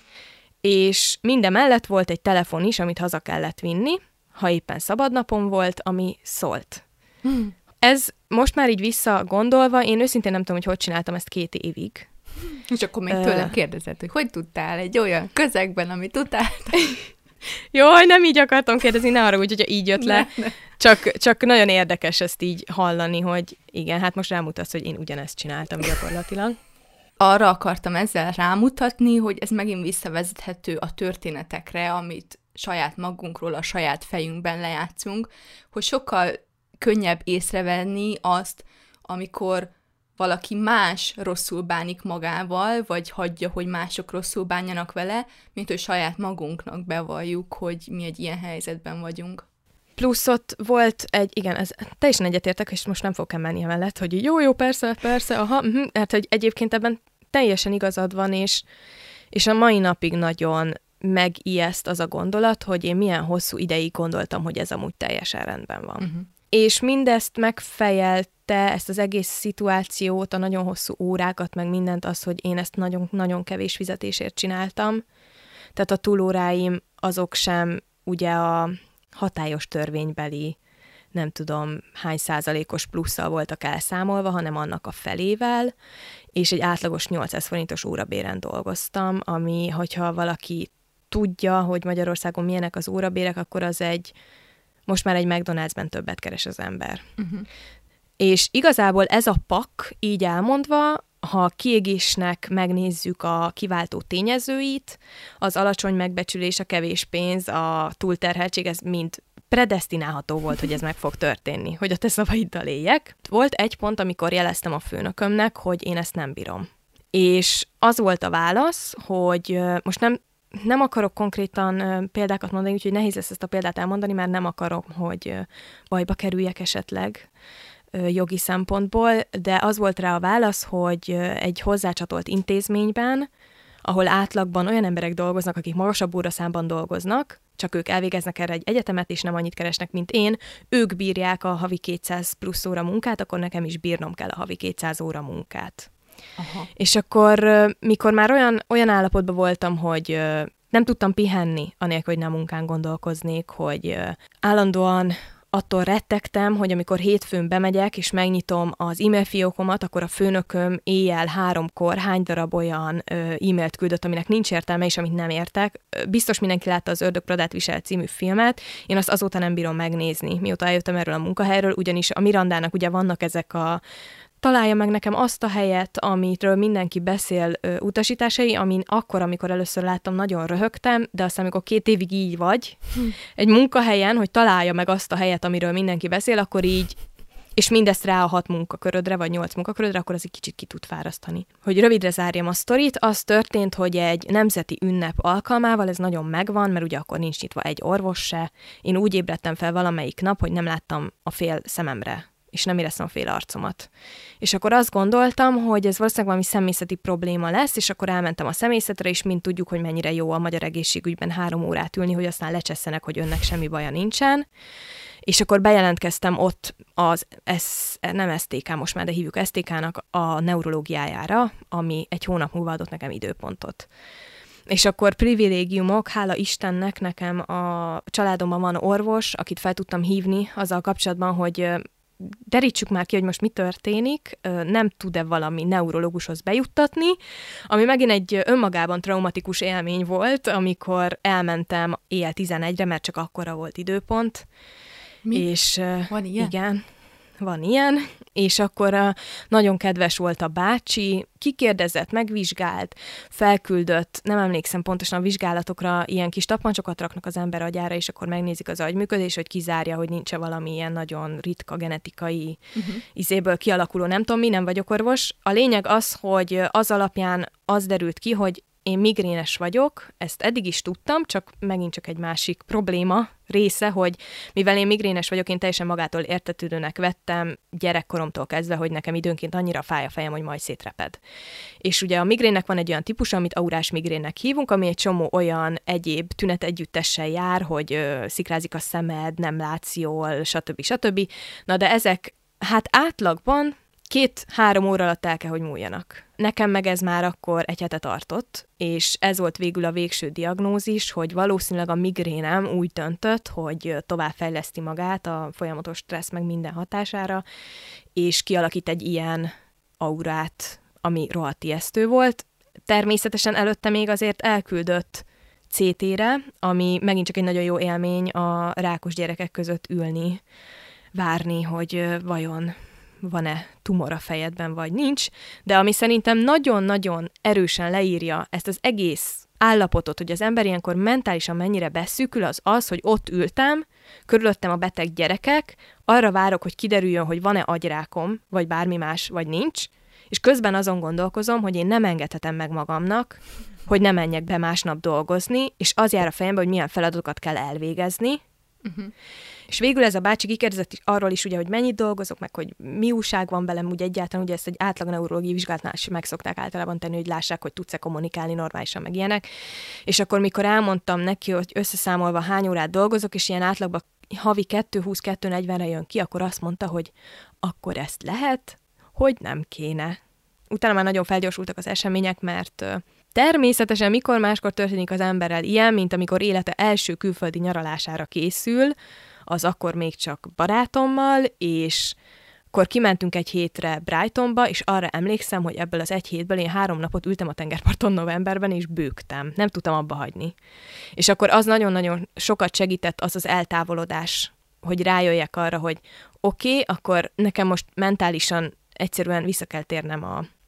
És mindemellett volt egy telefon is, amit haza kellett vinni, ha éppen szabad napom volt, ami szólt. Ez most már így visszagondolva, én őszintén nem tudom, hogy csináltam ezt 2 évig. És akkor még tőlem kérdezett, hogy tudtál egy olyan közegben, amit tudtál? Jaj, nem így akartam kérdezni, ne arra úgy, hogyha így jött le. Csak nagyon érdekes ezt így hallani, hogy igen, hát most rámutatsz, hogy én ugyanezt csináltam gyakorlatilag. Arra akartam ezzel rámutatni, hogy ez megint visszavezethető a történetekre, amit saját magunkról, a saját fejünkben lejátszunk, hogy sokkal könnyebb észrevenni azt, amikor valaki más rosszul bánik magával, vagy hagyja, hogy mások rosszul bánjanak vele, mint hogy saját magunknak bevalljuk, hogy mi egy ilyen helyzetben vagyunk. Plusz ott volt igen, ez teljesen egyetértek, és most nem fogok emelni emellett, hogy jó, persze, aha, mert hogy egyébként ebben teljesen igazad van, és a mai napig nagyon megijeszt az a gondolat, hogy én milyen hosszú ideig gondoltam, hogy ez amúgy teljesen rendben van. Uh-huh. És mindezt megfejelte, ezt az egész szituációt, a nagyon hosszú órákat, meg mindent az, hogy én ezt nagyon-nagyon kevés fizetésért csináltam. Tehát a túlóráim azok sem ugye a hatályos törvénybeli, nem tudom hány százalékos plusszal voltak elszámolva, hanem annak a felével, és egy átlagos 800 forintos órabéren dolgoztam, ami, hogyha valaki tudja, hogy Magyarországon milyenek az órabérek, akkor az most már egy McDonald'sben többet keres az ember. Uh-huh. És igazából ez a pak, így elmondva, ha a kiégésnek megnézzük a kiváltó tényezőit, az alacsony megbecsülés, a kevés pénz, a túlterheltség, ez mind predesztinálható volt, hogy ez meg fog történni, hogy a te szavaiddal éljek. Volt egy pont, amikor jeleztem a főnökömnek, hogy én ezt nem bírom. És az volt a válasz, hogy most nem akarok konkrétan példákat mondani, úgyhogy nehéz lesz ezt a példát elmondani, mert nem akarom, hogy bajba kerüljek esetleg jogi szempontból, de az volt rá a válasz, hogy egy hozzácsatolt intézményben, ahol átlagban olyan emberek dolgoznak, akik magasabb óraszámban dolgoznak, csak ők elvégeznek erre egy egyetemet, és nem annyit keresnek, mint én, ők bírják a havi 200 plusz óra munkát, akkor nekem is bírnom kell a havi 200 óra munkát. Aha. És akkor, mikor már olyan állapotban voltam, hogy nem tudtam pihenni, anélkül, hogy nem munkán gondolkoznék, hogy állandóan attól rettegtem, hogy amikor hétfőn bemegyek, és megnyitom az e-mail fiókomat, akkor a főnököm éjjel 3-kor hány darab olyan e-mailt küldött, aminek nincs értelme, és amit nem értek. Biztos mindenki látta az Ördög Pradát visel című filmet, én azt azóta nem bírom megnézni, mióta eljöttem erről a munkahelyről, ugyanis a Mirandának ugye vannak ezek a találja meg nekem azt a helyet, amitről mindenki beszél utasításai, amin akkor, amikor először láttam, nagyon röhögtem, de aztán, amikor 2 évig így vagy, egy munkahelyen, hogy találja meg azt a helyet, amiről mindenki beszél, akkor így, és mindezt rá a 6 munkakörödre, vagy 8 munkakörödre, akkor az egy kicsit ki tud fárasztani. Hogy rövidre zárjam a sztorit, az történt, hogy egy nemzeti ünnep alkalmával, ez nagyon megvan, mert ugye akkor nincs nyitva egy orvos se. Én úgy ébredtem fel valamelyik nap, hogy nem láttam a fél szememre, és nem éreztem a fél arcomat. És akkor azt gondoltam, hogy ez valószínűleg valami személyzeti probléma lesz, és akkor elmentem a személyzetre, és mint tudjuk, hogy mennyire jó a magyar egészségügyben 3 órát ülni, hogy aztán lecsesszenek, hogy önnek semmi baja nincsen. És akkor bejelentkeztem ott nem STK most már, de hívjuk STK-nak a neurológiájára, ami egy hónap múlva adott nekem időpontot. És akkor privilégiumok, hála Istennek, nekem a családomban van orvos, akit fel tudtam hívni azzal kapcsolatban, hogy derítsük már ki, hogy most mi történik, nem tud-e valami neurológushoz bejuttatni, ami megint egy önmagában traumatikus élmény volt, amikor elmentem éjjel 11-re, mert csak akkora volt időpont. Mi? És van ilyen? Igen, van ilyen, és akkor nagyon kedves volt a bácsi, kikérdezett, megvizsgált, felküldött, nem emlékszem pontosan a vizsgálatokra, ilyen kis tapancsokat raknak az ember agyára, és akkor megnézik az agyműködés, hogy kizárja, hogy nincs-e valami ilyen nagyon ritka genetikai izéből kialakuló, nem tudom mi, nem vagyok orvos. A lényeg az, hogy az alapján az derült ki, hogy én migrénes vagyok, ezt eddig is tudtam, csak megint csak egy másik probléma része, hogy mivel én migrénes vagyok, én teljesen magától értetődőnek vettem gyerekkoromtól kezdve, hogy nekem időnként annyira fáj a fejem, hogy majd szétreped. És ugye a migrénnek van egy olyan típusa, amit aurás migrénnek hívunk, ami egy csomó olyan egyéb tünet együttessel jár, hogy szikrázik a szemed, nem látsz jól, stb. Na de ezek hát átlagban 2-3 óra alatt el kell, hogy múljanak. Nekem meg ez már akkor 1 hete tartott, és ez volt végül a végső diagnózis, hogy valószínűleg a migrénem úgy döntött, hogy továbbfejleszti magát a folyamatos stressz meg minden hatására, és kialakít egy ilyen aurát, ami rohadt ijesztő volt. Természetesen előtte még azért elküldött CT-re, ami megint csak egy nagyon jó élmény a rákos gyerekek között ülni, várni, hogy vajon van-e tumor a fejedben, vagy nincs, de ami szerintem nagyon-nagyon erősen leírja ezt az egész állapotot, hogy az ember ilyenkor mentálisan mennyire beszűkül, az, hogy ott ültem, körülöttem a beteg gyerekek, arra várok, hogy kiderüljön, hogy van-e agyrákom, vagy bármi más, vagy nincs, és közben azon gondolkozom, hogy én nem engedhetem meg magamnak, hogy ne menjek be másnap dolgozni, és az jár a fejembe, hogy milyen feladatokat kell elvégezni. És végül ez a bácsi kikérdezett arról is, ugye, hogy mennyit dolgozok, meg hogy mi újság van velem, úgy egyáltalán, ugye ezt egy átlag neurológiai vizsgálatnál is meg szokták általában tenni, hogy lássák, hogy tudsz-e kommunikálni normálisan, meg ilyenek. És akkor, mikor elmondtam neki, hogy összeszámolva hány órát dolgozok, és ilyen átlagban havi 2-20-2-40-re jön ki, akkor azt mondta, hogy akkor ezt lehet, hogy nem kéne. Utána már nagyon felgyorsultak az események, mert természetesen mikor máskor történik az emberrel ilyen, mint amikor élete első külföldi nyaralására készül, az akkor még csak barátommal, és akkor kimentünk egy hétre Brightonba, és arra emlékszem, hogy ebből az 1 hétből én 3 napot ültem a tengerparton novemberben, és bőgtem. Nem tudtam abba hagyni. És akkor az nagyon-nagyon sokat segített az eltávolodás, hogy rájöjjek arra, hogy oké, akkor nekem most mentálisan egyszerűen vissza kell térnem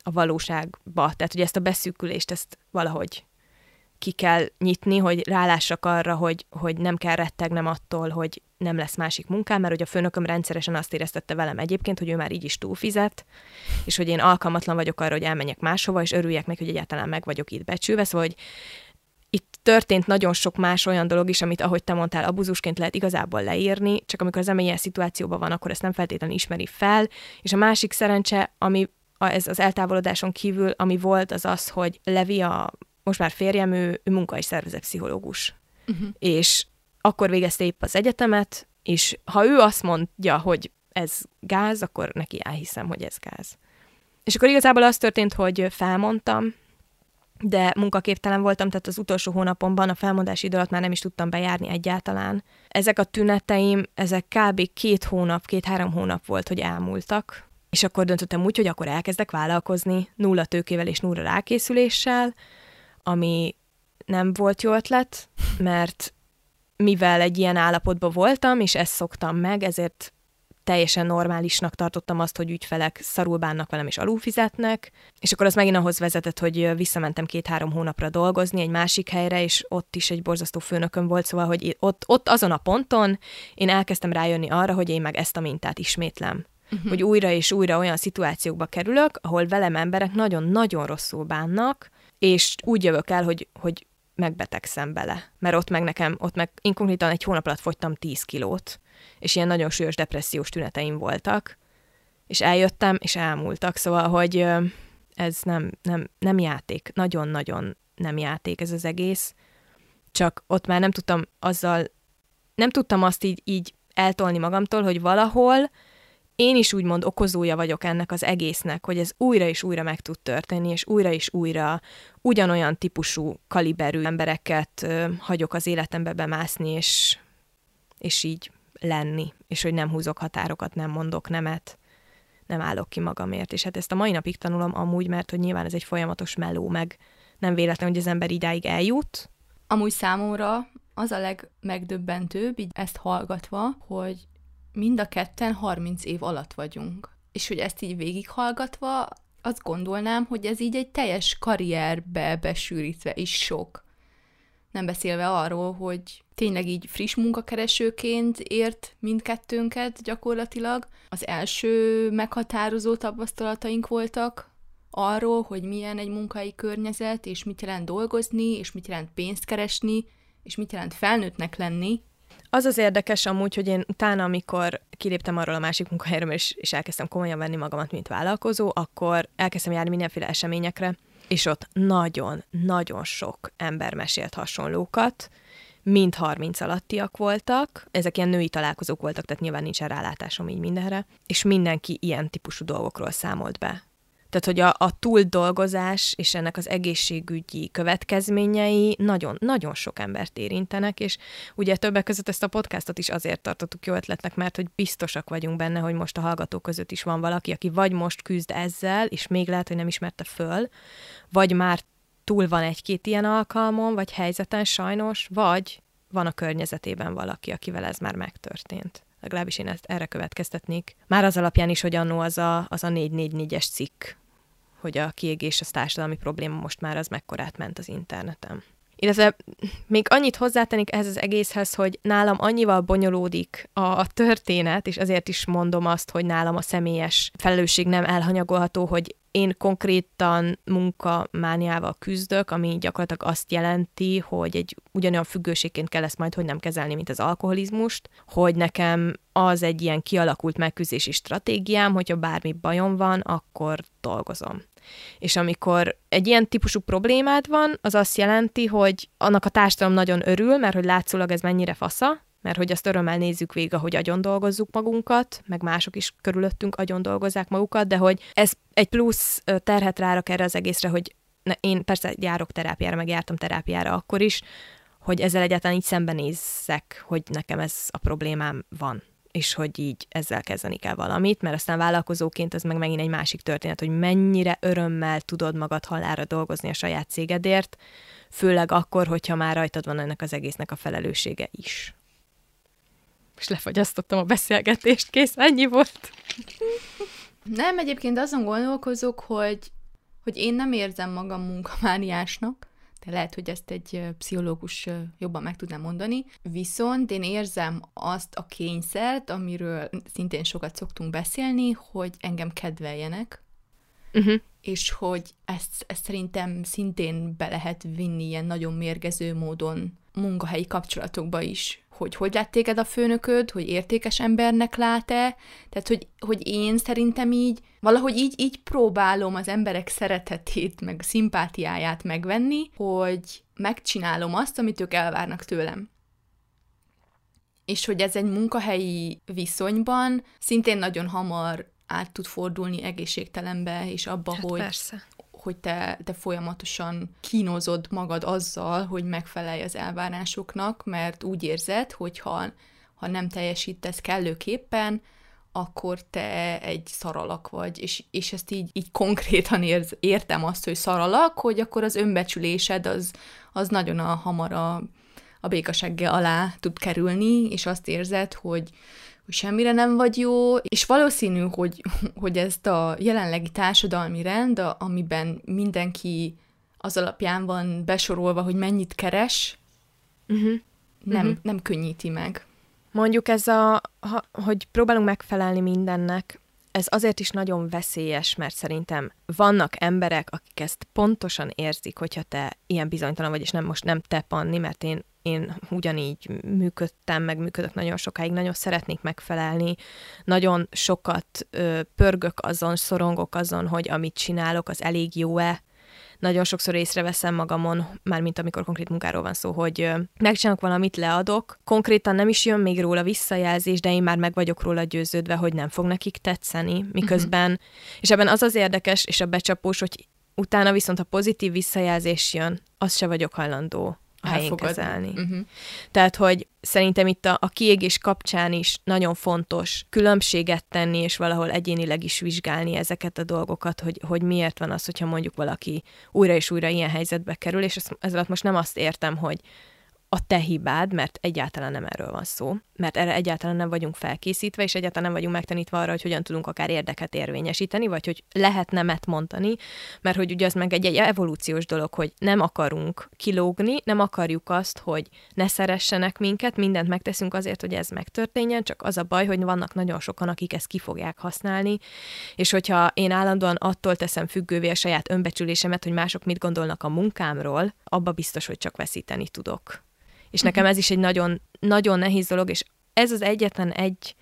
a valóságba. Tehát, hogy ezt a beszűkülést, ezt valahogy ki kell nyitni, hogy rálássak arra, hogy nem kell rettegnem attól, hogy nem lesz másik munkám, mert hogy a főnököm rendszeresen azt éreztette velem egyébként, hogy ő már így is túlfizet, és hogy én alkalmatlan vagyok arra, hogy elmenjek máshova, és örüljek meg, hogy egyáltalán meg vagyok itt becsülve, szóval, hogy itt történt nagyon sok más olyan dolog is, amit, ahogy te mondtál, abuzusként lehet igazából leírni, csak amikor az ember ilyen szituációban van, akkor ezt nem feltétlenül ismeri fel, és a másik szerencse, ami ez az eltávolodáson kívül, ami volt, az az, hogy Levi, most már férjem, ő munka- és szervezetpszichológus. És akkor végezte épp az egyetemet, és ha ő azt mondja, hogy ez gáz, akkor neki elhiszem, hogy ez gáz. És akkor igazából az történt, hogy felmondtam, de munkaképtelen voltam, tehát az utolsó hónapomban a felmondási idő alatt már nem is tudtam bejárni egyáltalán. Ezek a tüneteim, ezek kb. 2-3 hónap volt, hogy elmúltak, és akkor döntöttem úgy, hogy akkor elkezdek vállalkozni 0 tőkével és 0 rákészüléssel, ami nem volt jó ötlet, mert mivel egy ilyen állapotban voltam, és ezt szoktam meg, ezért teljesen normálisnak tartottam azt, hogy ügyfelek szarul bánnak velem és alulfizetnek, és akkor az megint ahhoz vezetett, hogy visszamentem 2-3 hónapra dolgozni egy másik helyre, és ott is egy borzasztó főnököm volt, szóval, hogy ott azon a ponton én elkezdtem rájönni arra, hogy én meg ezt a mintát ismétlem. Hogy újra és újra olyan szituációkba kerülök, ahol velem emberek nagyon-nagyon rosszul bánnak, és úgy jövök el, hogy megbetegszem bele. Mert ott meg én konkrétan egy hónap alatt fogytam 10 kilót, és ilyen nagyon súlyos depressziós tüneteim voltak, és eljöttem, és elmúltak. Szóval, hogy ez nem játék. Nagyon-nagyon nem játék ez az egész. Csak ott már nem tudtam azt így eltolni magamtól, hogy valahol én is úgymond okozója vagyok ennek az egésznek, hogy ez újra és újra meg tud történni, és újra ugyanolyan típusú kaliberű embereket hagyok az életembe bemászni, és így lenni, és hogy nem húzok határokat, nem mondok nemet, nem állok ki magamért. És hát ezt a mai napig tanulom amúgy, mert hogy nyilván ez egy folyamatos meló, meg nem véletlen, hogy az ember idáig eljut. Amúgy számomra az a legmegdöbbentőbb, így ezt hallgatva, hogy mind a ketten 30 év alatt vagyunk. És hogy ezt így végighallgatva, azt gondolnám, hogy ez így egy teljes karrierbe besűrítve is sok. Nem beszélve arról, hogy tényleg így friss munkakeresőként ért mindkettőnket gyakorlatilag. Az első meghatározó tapasztalataink voltak arról, hogy milyen egy munkai környezet, és mit jelent dolgozni, és mit jelent pénzt keresni, és mit jelent felnőttnek lenni. Az az érdekes amúgy, hogy én utána, amikor kiléptem arról a másik munkahelyről, és elkezdtem komolyan venni magamat, mint vállalkozó, akkor elkezdtem járni mindenféle eseményekre, és ott nagyon-nagyon sok ember mesélt hasonlókat, mind 30 alattiak voltak, ezek ilyen női találkozók voltak, tehát nyilván nincsen rálátásom így mindenre, és mindenki ilyen típusú dolgokról számolt be. Tehát, hogy a túldolgozás és ennek az egészségügyi következményei nagyon sok embert érintenek, és ugye többek között ezt a podcastot is azért tartottuk jó ötletnek, mert hogy biztosak vagyunk benne, hogy most a hallgatók között is van valaki, aki vagy most küzd ezzel, és még lehet, hogy nem ismerte föl, vagy már túl van egy-két ilyen alkalmon, vagy helyzeten sajnos, vagy van a környezetében valaki, akivel ez már megtörtént. Legalábbis én ezt erre következtetnék. Már az alapján is, hogy annó az a 444-es cikk, hogy a kiégés, az társadalmi probléma most már az mekkorát ment az interneten. Illetve még annyit hozzátennék ehhez az egészhez, hogy nálam annyival bonyolódik a történet, és azért is mondom azt, hogy nálam a személyes felelősség nem elhanyagolható, hogy én konkrétan munkamániával küzdök, ami gyakorlatilag azt jelenti, hogy egy ugyanolyan függőségként kell ezt majd, hogy nem kezelni, mint az alkoholizmust, hogy nekem az egy ilyen kialakult megküzdési stratégiám, hogyha bármi bajom van, akkor dolgozom. És amikor egy ilyen típusú problémád van, az azt jelenti, hogy annak a társadalom nagyon örül, mert hogy látszólag ez mennyire fasza, mert hogy azt örömmel nézzük végig, hogy agyon dolgozzuk magunkat, meg mások is körülöttünk agyon dolgozzák magukat, de hogy ez egy plusz terhet rárak erre az egészre, hogy én persze járok terápiára, meg jártam terápiára akkor is, hogy ezzel egyáltalán így szembenézzek, hogy nekem ez a problémám van, és hogy így ezzel kezdeni kell valamit, mert aztán vállalkozóként ez meg megint egy másik történet, hogy mennyire örömmel tudod magad halálra dolgozni a saját cégedért, főleg akkor, hogyha már rajtad van ennek az egésznek a felelőssége is. És lefagyasztottam a beszélgetést, kész, ennyi volt. Nem, egyébként azon gondolkozok, hogy hogy én nem érzem magam munkamániásnak, de lehet, hogy ezt egy pszichológus jobban meg tudná mondani, viszont én érzem azt a kényszert, amiről szintén sokat szoktunk beszélni, hogy engem kedveljenek, és hogy ezt szerintem szintén be lehet vinni ilyen nagyon mérgező módon munkahelyi kapcsolatokba is, hogy lát téged a főnököd, hogy értékes embernek lát-e, tehát hogy én szerintem így, valahogy így próbálom az emberek szeretetét, meg szimpátiáját megvenni, hogy megcsinálom azt, amit ők elvárnak tőlem. És hogy ez egy munkahelyi viszonyban szintén nagyon hamar át tud fordulni egészségtelenbe, és abba, hogy te folyamatosan kínozod magad azzal, hogy megfelelj az elvárásoknak, mert úgy érzed, hogy ha nem teljesítesz kellőképpen, akkor te egy szaralak vagy, és ezt így konkrétan értem azt, hogy szaralak, hogy akkor az önbecsülésed az nagyon hamar a békasegge alá tud kerülni, és azt érzed, hogy semmire nem vagy jó, és valószínű, hogy ezt a jelenlegi társadalmi rend, amiben mindenki az alapján van besorolva, hogy mennyit keres, nem könnyíti meg. Mondjuk ez hogy próbálunk megfelelni mindennek, ez azért is nagyon veszélyes, mert szerintem vannak emberek, akik ezt pontosan érzik, hogyha te ilyen bizonytalan vagy, és most nem te, Panni, mert én ugyanígy működök nagyon sokáig, nagyon szeretnék megfelelni, nagyon sokat pörgök azon, szorongok azon, hogy amit csinálok, az elég jó-e. Nagyon sokszor észreveszem magamon, mármint amikor konkrét munkáról van szó, hogy megcsinálok valamit, leadok, konkrétan nem is jön még róla visszajelzés, de én már meg vagyok róla győződve, hogy nem fog nekik tetszeni, miközben, és ebben az érdekes, és a becsapós, hogy utána viszont a pozitív visszajelzés jön, azt se vagyok hajlandó a helyén kezelni. Tehát, hogy szerintem itt a kiégés kapcsán is nagyon fontos különbséget tenni, és valahol egyénileg is vizsgálni ezeket a dolgokat, hogy miért van az, hogyha mondjuk valaki újra és újra ilyen helyzetbe kerül, és ezzel most nem azt értem, hogy a te hibád, mert egyáltalán nem erről van szó, mert erre egyáltalán nem vagyunk felkészítve, és egyáltalán nem vagyunk megtanítva arra, hogy hogyan tudunk akár érdeket érvényesíteni, vagy hogy lehet nemet mondani, mert hogy ugye az meg egy evolúciós dolog, hogy nem akarunk kilógni, nem akarjuk azt, hogy ne szeressenek minket, mindent megteszünk azért, hogy ez megtörténjen, csak az a baj, hogy vannak nagyon sokan, akik ezt ki fogják használni, és hogyha én állandóan attól teszem függővé a saját önbecsülésemet, hogy mások mit gondolnak a munkámról, abba biztos, hogy csak veszíteni tudok. És nekem ez is egy nagyon, nagyon nehéz dolog, és ez az egyetlen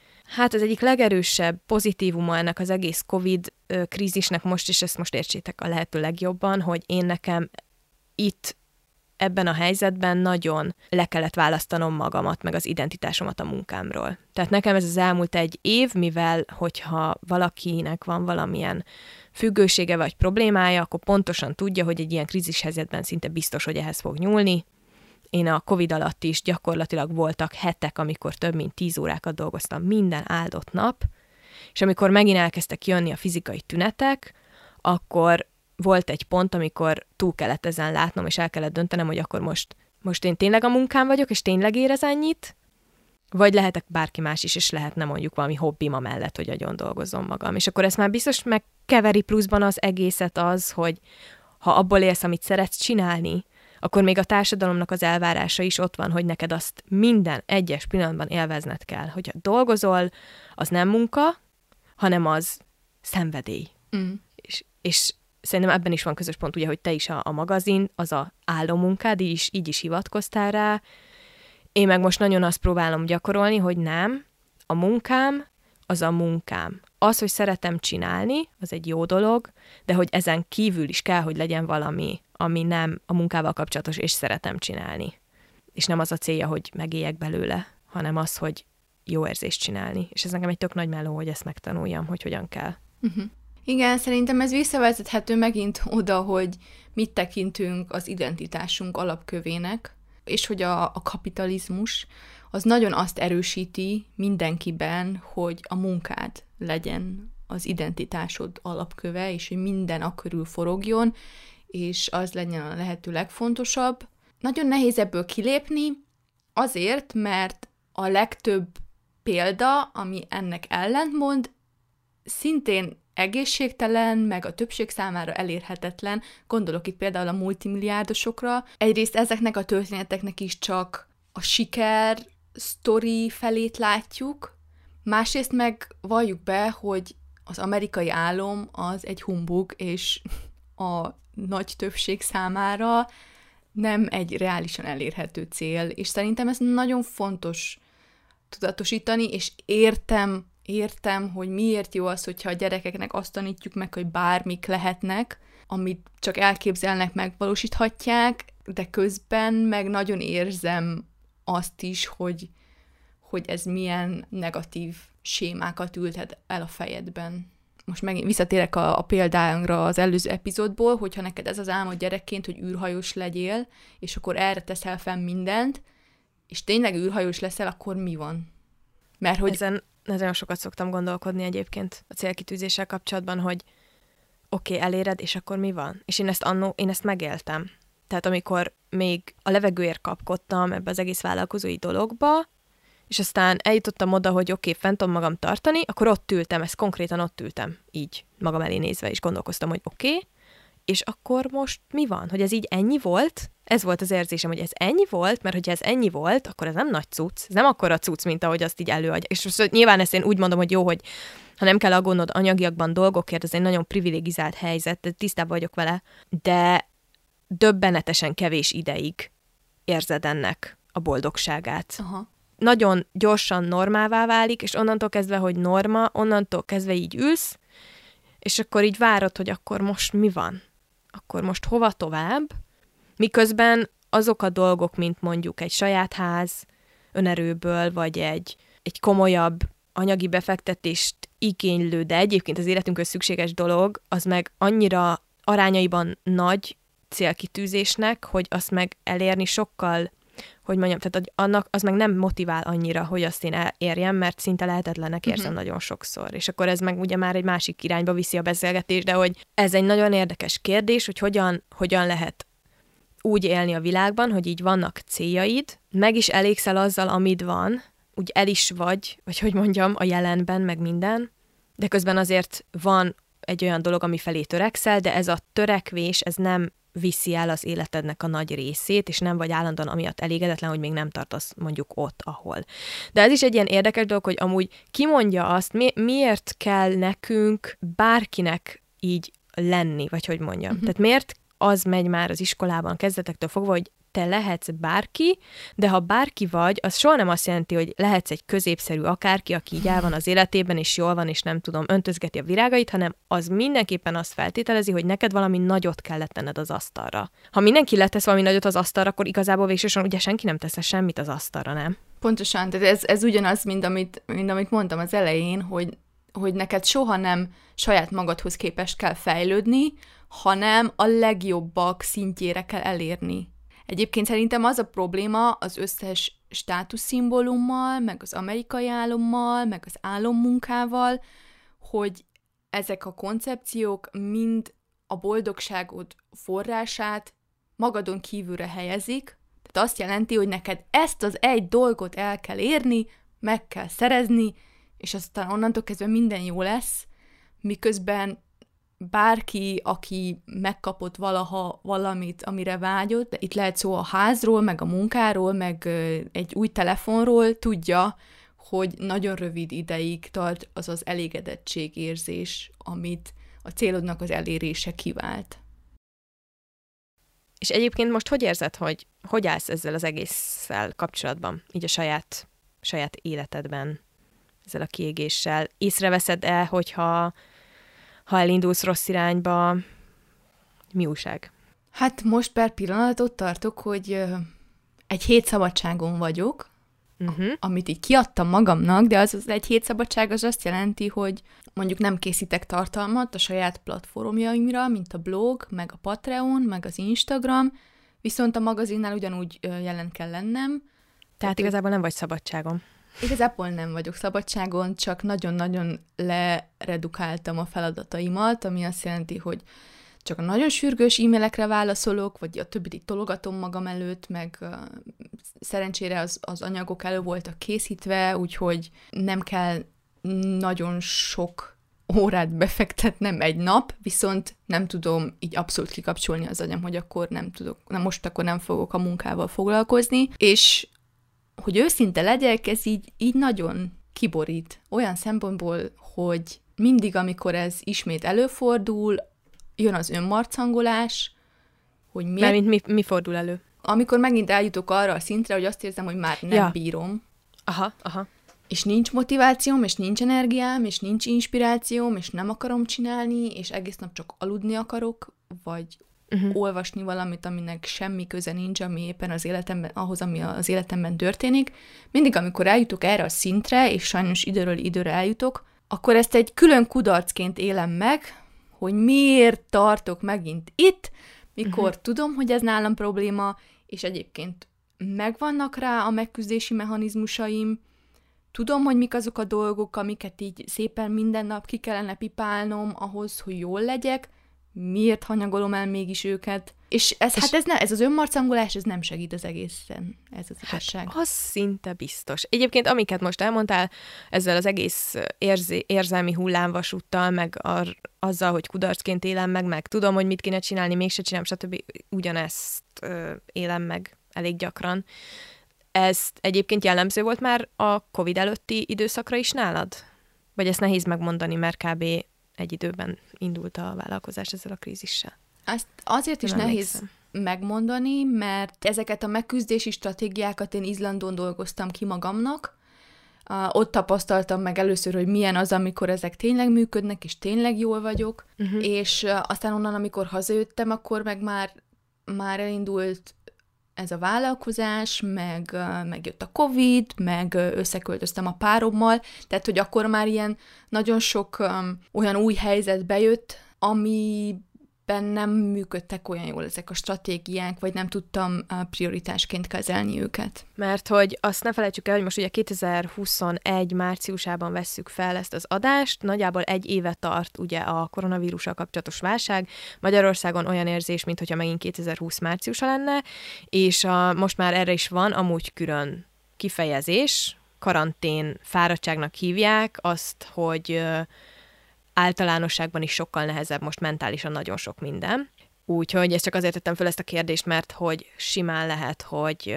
az egyik legerősebb pozitívuma ennek az egész Covid krízisnek most, és ezt most értsétek a lehető legjobban, hogy én nekem itt ebben a helyzetben nagyon le kellett választanom magamat, meg az identitásomat a munkámról. Tehát nekem ez az elmúlt egy év, mivel hogyha valakinek van valamilyen függősége vagy problémája, akkor pontosan tudja, hogy egy ilyen krízis helyzetben szinte biztos, hogy ehhez fog nyúlni. Én a Covid alatt is gyakorlatilag voltak hetek, amikor több mint 10 órákat dolgoztam minden áldott nap, és amikor megint elkezdtek jönni a fizikai tünetek, akkor volt egy pont, amikor túl kellett ezen látnom, és el kellett döntenem, hogy akkor most én tényleg a munkám vagyok, és tényleg érez ennyit, vagy lehetek bárki más is, és lehetne mondjuk valami hobbim mellett, hogy agyon dolgozom magam. És akkor ezt már biztos megkeveri pluszban az egészet az, hogy ha abból élsz, amit szeretsz csinálni, akkor még a társadalomnak az elvárása is ott van, hogy neked azt minden egyes pillanatban élvezned kell. Hogyha dolgozol, az nem munka, hanem az szenvedély. És szerintem ebben is van közös pont, ugye, hogy te is a magazin, az a álommunkád, így is hivatkoztál rá. Én meg most nagyon azt próbálom gyakorolni, hogy nem, a munkám az a munkám. Az, hogy szeretem csinálni, az egy jó dolog, de hogy ezen kívül is kell, hogy legyen valami, ami nem a munkával kapcsolatos, és szeretem csinálni. És nem az a célja, hogy megéljek belőle, hanem az, hogy jó érzést csinálni. És ez nekem egy tök nagy meló, hogy ezt megtanuljam, hogy hogyan kell. Igen, szerintem ez visszavezethető megint oda, hogy mit tekintünk az identitásunk alapkövének, és hogy a kapitalizmus az nagyon azt erősíti mindenkiben, hogy a munkád legyen az identitásod alapköve, és hogy minden akörül forogjon, és az legyen a lehető legfontosabb. Nagyon nehéz ebből kilépni, azért, mert a legtöbb példa, ami ennek ellentmond, szintén egészségtelen, meg a többség számára elérhetetlen. Gondolok itt például a multimilliárdosokra. Egyrészt ezeknek a történeteknek is csak a siker sztori felét látjuk, másrészt meg valljuk be, hogy az amerikai álom az egy humbug, és a nagy többség számára nem egy reálisan elérhető cél, és szerintem ez nagyon fontos tudatosítani, és értem, hogy miért jó az, hogyha a gyerekeknek azt tanítjuk meg, hogy bármik lehetnek, amit csak elképzelnek, megvalósíthatják, de közben meg nagyon érzem azt is, hogy ez milyen negatív sémákat ülthet el a fejedben. Most megint visszatérek a példánkra az előző epizódból, hogyha neked ez az álmod gyerekként, hogy űrhajós legyél, és akkor erre teszel fel mindent, és tényleg űrhajós leszel, akkor mi van? Mert hogy... Ezen nagyon sokat szoktam gondolkodni egyébként a célkitűzéssel kapcsolatban, hogy oké, eléred, és akkor mi van? És én ezt megéltem. Tehát amikor még a levegőért kapkodtam ebbe az egész vállalkozói dologba, és aztán eljutottam oda, hogy oké, fent tudom magam tartani, akkor ott ültem, ezt konkrétan ott ültem, így magam elé nézve, és gondolkoztam, hogy oké, és akkor most mi van? Hogy ez így ennyi volt? Ez volt az érzésem, hogy ez ennyi volt, mert hogyha ez ennyi volt, akkor ez nem nagy cucc, ez nem akkora cucc, mint ahogy azt így előadja. És most nyilván ezt én úgy mondom, hogy jó, hogy ha nem kell aggódnod anyagiakban dolgokért, ez egy nagyon privilegizált helyzet, tisztában vagyok vele, de döbbenetesen kevés ideig érzed ennek a boldogságát. Aha. Nagyon gyorsan normává válik, és onnantól kezdve, hogy norma, onnantól kezdve így ülsz, és akkor így várod, hogy akkor most mi van? Akkor most hova tovább? Miközben azok a dolgok, mint mondjuk egy saját ház önerőből, vagy egy komolyabb anyagi befektetést igénylő, de egyébként az életünkhöz szükséges dolog, az meg annyira arányaiban nagy célkitűzésnek, hogy azt meg elérni sokkal, hogy mondjam, tehát annak az meg nem motivál annyira, hogy azt én elérjem, mert szinte lehetetlennek érzem nagyon sokszor. És akkor ez meg ugye már egy másik irányba viszi a beszélgetést, de hogy ez egy nagyon érdekes kérdés, hogy hogyan lehet úgy élni a világban, hogy így vannak céljaid, meg is elégszel azzal, amit van, úgy el is vagy hogy mondjam, a jelenben, meg minden, de közben azért van egy olyan dolog, ami felé törekszel, de ez a törekvés, ez nem viszi el az életednek a nagy részét, és nem vagy állandóan amiatt elégedetlen, hogy még nem tartasz mondjuk ott, ahol. De ez is egy ilyen érdekes dolog, hogy amúgy kimondja azt, miért kell nekünk bárkinek így lenni, vagy hogy mondjam. Tehát miért az megy már az iskolában kezdetektől fogva, hogy te lehetsz bárki, de ha bárki vagy, az soha nem azt jelenti, hogy lehetsz egy középszerű akárki, aki így el van az életében, és jól van, és nem tudom, öntözgeti a virágait, hanem az mindenképpen azt feltételezi, hogy neked valami nagyot kell tenned az asztalra. Ha mindenki letesz valami nagyot az asztalra, akkor igazából végsősorban ugye senki nem tesz semmit az asztalra, nem? Pontosan, tehát ez ugyanaz, mint amit mondtam az elején, hogy neked soha nem saját magadhoz képest kell fejlődni, hanem a legjobbak szintjére kell elérni. Egyébként szerintem az a probléma az összes státuszszimbólummal, meg az amerikai álommal, meg az álommunkával, hogy ezek a koncepciók mind a boldogságod forrását magadon kívülre helyezik. Tehát azt jelenti, hogy neked ezt az egy dolgot el kell érni, meg kell szerezni, és aztán onnantól kezdve minden jó lesz, miközben bárki, aki megkapott valaha valamit, amire vágyott, de itt lehet szó a házról, meg a munkáról, meg egy új telefonról, tudja, hogy nagyon rövid ideig tart az az elégedettségérzés, amit a célodnak az elérése kivált. És egyébként most hogy érzed, hogy állsz ezzel az egésszel kapcsolatban, így a saját életedben, ezzel a kiégéssel? Észreveszed-e, hogyha elindulsz rossz irányba, mi újság? Hát most per pillanat ott tartok, hogy egy hét szabadságon vagyok, amit így kiadtam magamnak, de az egy hét szabadság az azt jelenti, hogy mondjuk nem készítek tartalmat a saját platformjaimra, mint a blog, meg a Patreon, meg az Instagram, viszont a magazinnál ugyanúgy jelen kell lennem. Tehát igazából nem vagy szabadságon. Igazából nem vagyok szabadságon, csak nagyon-nagyon leredukáltam a feladataimat, ami azt jelenti, hogy csak a nagyon sürgős e-mailekre válaszolok, vagy a többit tologatom magam előtt, meg szerencsére az anyagok elő voltak készítve, úgyhogy nem kell nagyon sok órát befektetnem egy nap, viszont nem tudom így abszolút kikapcsolni az agyam, hogy akkor nem tudok, most akkor nem fogok a munkával foglalkozni, és hogy őszinte legyek, ez így nagyon kiborít. Olyan szempontból, hogy mindig, amikor ez ismét előfordul, jön az önmarcangolás, hogy miért... Mármint mi fordul elő? Amikor megint eljutok arra a szintre, hogy azt érzem, hogy már nem bírom. Aha. És nincs motivációm, és nincs energiám, és nincs inspirációm, és nem akarom csinálni, és egész nap csak aludni akarok, vagy olvasni valamit, aminek semmi köze nincs, ami éppen az életemben, ahhoz, ami az életemben történik. Mindig, amikor eljutok erre a szintre, és sajnos időről időre eljutok, akkor ezt egy külön kudarcként élem meg, hogy miért tartok megint itt, mikor tudom, hogy ez nálam probléma, és egyébként megvannak rá a megküzdési mechanizmusaim, tudom, hogy mik azok a dolgok, amiket így szépen minden nap ki kellene pipálnom ahhoz, hogy jól legyek, miért hanyagolom el mégis őket. És ez az önmarcangolás, ez nem segít az egészen, ez az igazság. Az szinte biztos. Egyébként, amiket most elmondtál, ezzel az egész érzelmi hullámvasúttal, meg azzal, hogy kudarcként élem meg tudom, hogy mit kéne csinálni, mégse csinálom, stb. Ugyanezt élem meg elég gyakran. Ez egyébként jellemző volt már a COVID előtti időszakra is nálad? Vagy ezt nehéz megmondani, mert kb. Egy időben indult a vállalkozás ezzel a krízissel? Ezt azért is nehéz megmondani, mert ezeket a megküzdési stratégiákat én Izlandon dolgoztam ki magamnak. Ott tapasztaltam meg először, hogy milyen az, amikor ezek tényleg működnek, és tényleg jól vagyok, és aztán onnan, amikor hazajöttem, akkor meg már elindult ez a vállalkozás, meg jött a Covid, meg összeköltöztem a párommal, tehát, hogy akkor már ilyen nagyon sok olyan új helyzet bejött, amiben nem működtek olyan jól ezek a stratégiák, vagy nem tudtam prioritásként kezelni őket. Mert hogy azt ne felejtsük el, hogy most ugye 2021 márciusában vesszük fel ezt az adást, nagyjából egy éve tart ugye a koronavírussal kapcsolatos válság, Magyarországon olyan érzés, mintha megint 2020 márciusa lenne, és most már erre is van amúgy külön kifejezés, karantén fáradtságnak hívják azt, hogy általánosságban is sokkal nehezebb most mentálisan nagyon sok minden. Úgyhogy ezt csak azért tettem föl ezt a kérdést, mert hogy simán lehet, hogy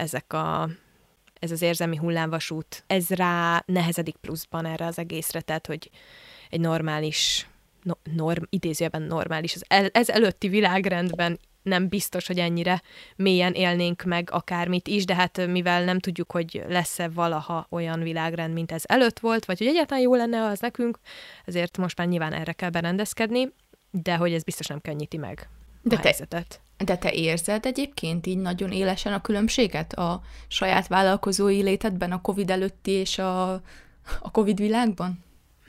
ez az érzelmi hullámvasút, ez rá nehezedik pluszban erre az egészre, tehát hogy egy normális, idézőjelben normális, ez előtti világrendben nem biztos, hogy ennyire mélyen élnénk meg akármit is, de hát mivel nem tudjuk, hogy lesz-e valaha olyan világrend, mint ez előtt volt, vagy hogy egyáltalán jó lenne az nekünk, ezért most már nyilván erre kell berendezkedni, de hogy ez biztos nem könnyíti meg a helyzetet. De te érzed egyébként így nagyon élesen a különbséget a saját vállalkozói létedben, a Covid előtti és a Covid világban?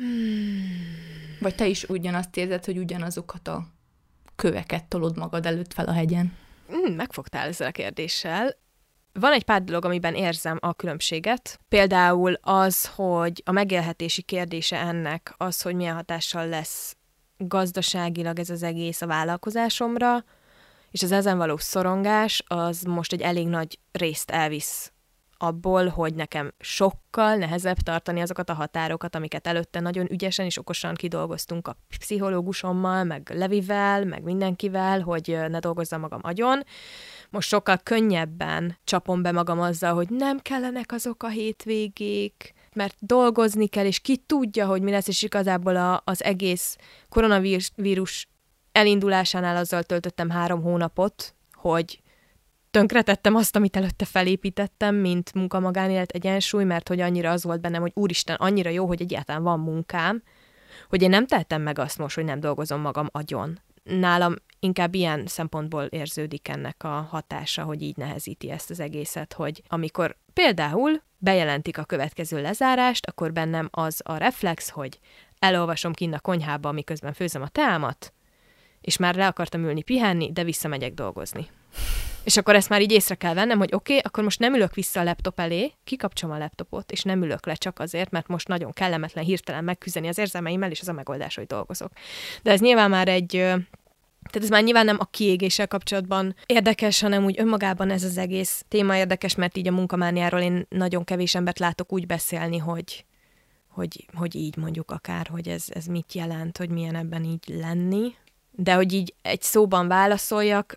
Vagy te is ugyanazt érzed, hogy ugyanazokat a köveket tolod magad előtt fel a hegyen? Megfogtál ezzel a kérdéssel. Van egy pár dolog, amiben érzem a különbséget. Például az, hogy a megélhetési kérdése ennek az, hogy milyen hatással lesz gazdaságilag ez az egész a vállalkozásomra, és az ezen való szorongás az most egy elég nagy részt elvisz abból, hogy nekem sokkal nehezebb tartani azokat a határokat, amiket előtte nagyon ügyesen és okosan kidolgoztunk a pszichológusommal, meg Levivel, meg mindenkivel, hogy ne dolgozzam magam agyon. Most sokkal könnyebben csapom be magam azzal, hogy nem kellenek azok a hétvégék, mert dolgozni kell, és ki tudja, hogy mi lesz, és igazából az egész koronavírus elindulásánál azzal töltöttem 3 hónapot, hogy tönkretettem azt, amit előtte felépítettem, mint munka-magánélet egyensúly, mert hogy annyira az volt bennem, hogy úristen, annyira jó, hogy egyáltalán van munkám, hogy én nem tehetem meg azt most, hogy nem dolgozom magam agyon. Nálam inkább ilyen szempontból érződik ennek a hatása, hogy így nehezíti ezt az egészet, hogy amikor például bejelentik a következő lezárást, akkor bennem az a reflex, hogy elolvasom kinn a konyhába, miközben főzöm a teámat, és már le akartam ülni pihenni, de visszamegyek dolgozni. És akkor ezt már így észre kell vennem, hogy oké, akkor most nem ülök vissza a laptop elé, kikapcsolom a laptopot, és nem ülök le csak azért, mert most nagyon kellemetlen hirtelen megküzdeni az érzelmeimmel, és az a megoldás, hogy dolgozok. De ez nyilván már tehát ez már nyilván nem a kiégéssel kapcsolatban érdekes, hanem úgy önmagában ez az egész téma érdekes, mert így a munkamániáról én nagyon kevés embert látok úgy beszélni, hogy hogy így mondjuk akár, hogy ez mit jelent, hogy milyen ebben így lenni. De hogy így egy szóban válaszoljak,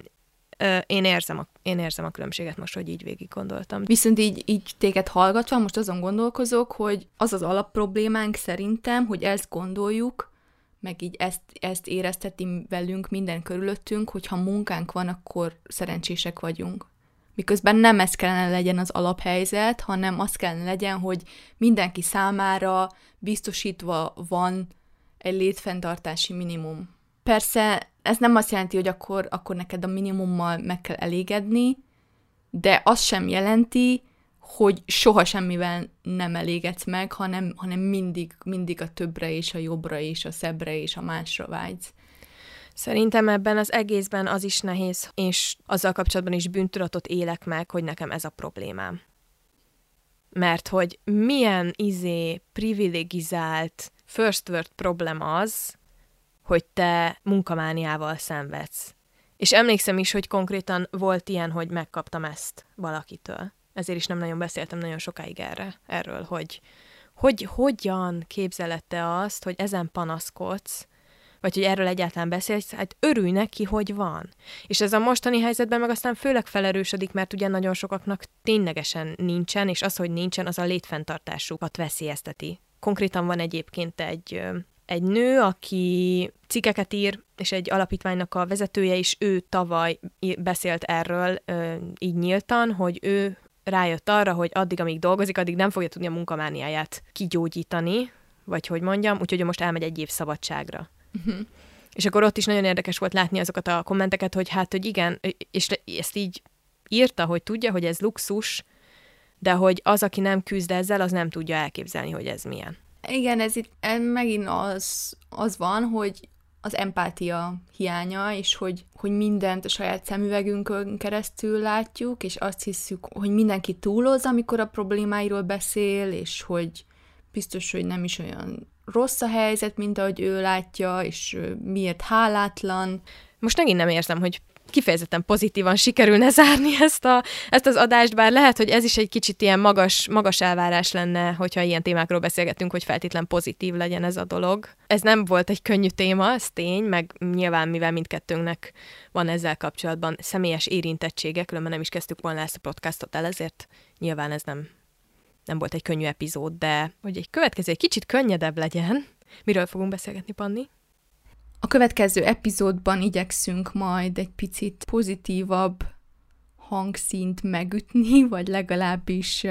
én érzem a különbséget most, hogy így végig gondoltam. Viszont így téged hallgatva, most azon gondolkozok, hogy az az alapproblémánk szerintem, hogy ezt gondoljuk, meg így ezt érezteti velünk minden körülöttünk, hogy ha munkánk van, akkor szerencsések vagyunk. Miközben nem ez kellene legyen az alaphelyzet, hanem az kellene legyen, hogy mindenki számára biztosítva van egy létfenntartási minimum. Persze ez nem azt jelenti, hogy akkor neked a minimummal meg kell elégedni, de az sem jelenti, hogy soha semmivel nem elégedsz meg, hanem mindig a többre és a jobbra és a szebbre és a másra vágysz. Szerintem ebben az egészben az is nehéz, és azzal kapcsolatban is bűntudatot élek meg, hogy nekem ez a problémám. Mert hogy milyen privilegizált first world problem az, hogy te munkamániával szenvedsz. És emlékszem is, hogy konkrétan volt ilyen, hogy megkaptam ezt valakitől. Ezért is nem nagyon beszéltem nagyon sokáig erről, hogy hogyan képzeled te azt, hogy ezen panaszkodsz, vagy hogy erről egyáltalán beszélsz, hát örülj neki, hogy van. És ez a mostani helyzetben meg aztán főleg felerősödik, mert ugye nagyon sokaknak ténylegesen nincsen, és az, hogy nincsen, az a létfenntartásukat veszélyezteti. Konkrétan van egyébként egy nő, aki cikkeket ír, és egy alapítványnak a vezetője is, ő tavaly beszélt erről így nyíltan, hogy ő rájött arra, hogy addig, amíg dolgozik, addig nem fogja tudni a munkamániáját kigyógyítani, vagy hogy mondjam, úgyhogy ő most elmegy egy év szabadságra. Uh-huh. És akkor ott is nagyon érdekes volt látni azokat a kommenteket, hogy hát, hogy igen, és ezt így írta, hogy tudja, hogy ez luxus, de hogy az, aki nem küzd ezzel, az nem tudja elképzelni, hogy ez milyen. Igen, ez itt megint az van, hogy az empátia hiánya, és hogy mindent a saját szemüvegünkön keresztül látjuk, és azt hiszük, hogy mindenki túloz, amikor a problémáiról beszél, és hogy biztos, hogy nem is olyan rossz a helyzet, mint ahogy ő látja, és miért hálátlan. Most megint nem érzem, hogy kifejezetten pozitívan sikerülne zárni ezt az adást, bár lehet, hogy ez is egy kicsit ilyen magas elvárás lenne, hogyha ilyen témákról beszélgetünk, hogy feltétlen pozitív legyen ez a dolog. Ez nem volt egy könnyű téma, ez tény, meg nyilván, mivel mindkettőnknek van ezzel kapcsolatban személyes érintettsége, különben nem is kezdtük volna ezt a podcastot el, ezért nyilván ez nem volt egy könnyű epizód, de hogy egy következő egy kicsit könnyedebb legyen. Miről fogunk beszélgetni, Panni? A következő epizódban igyekszünk majd egy picit pozitívabb hangszínt megütni, vagy legalábbis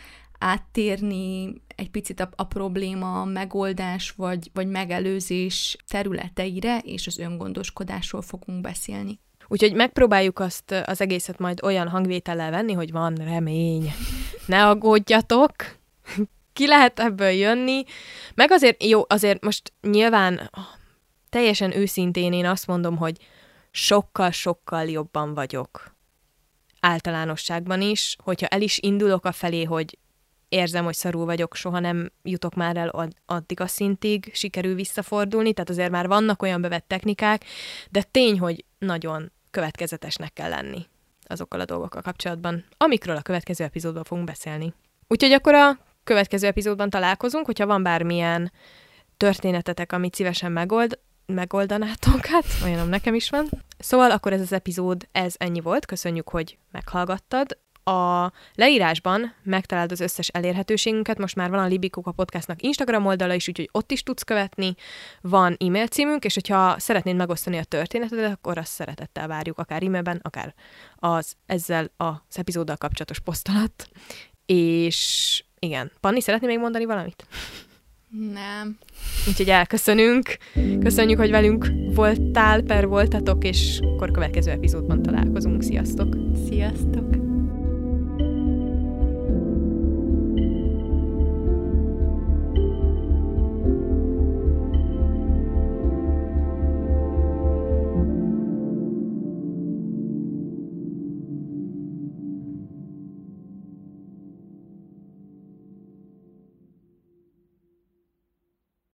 áttérni egy picit a probléma megoldás vagy megelőzés területeire, és az öngondoskodásról fogunk beszélni. Úgyhogy megpróbáljuk azt az egészet majd olyan hangvétellel venni, hogy van remény. Ne aggódjatok, ki lehet ebből jönni. Meg azért most nyilván teljesen őszintén én azt mondom, hogy sokkal-sokkal jobban vagyok. Általánosságban is, hogyha el is indulok afelé, hogy érzem, hogy szarul vagyok, soha nem jutok már el addig a szintig, sikerül visszafordulni, tehát azért már vannak olyan bevett technikák, de tény, hogy nagyon következetesnek kell lenni azokkal a dolgokkal kapcsolatban, amikről a következő epizódban fogunk beszélni. Úgyhogy akkor a következő epizódban találkozunk, hogyha van bármilyen történetetek, amit szívesen megoldanátok, hát olyanom nekem is van. Szóval akkor ez az epizód, ez ennyi volt, köszönjük, hogy meghallgattad. A leírásban megtalálod az összes elérhetőségünket, most már van a Libikuka Podcastnak Instagram oldala is, úgyhogy ott is tudsz követni, van e-mail címünk, és hogyha szeretnéd megosztani a történetedet, akkor azt szeretettel várjuk, akár e-mailben, akár ezzel az epizóddal kapcsolatos poszt alatt. És igen, Panni, szeretnél még mondani valamit? Nem. Úgyhogy elköszönünk. Köszönjük, hogy velünk voltatok, és akkor következő epizódban találkozunk. Sziasztok! Sziasztok!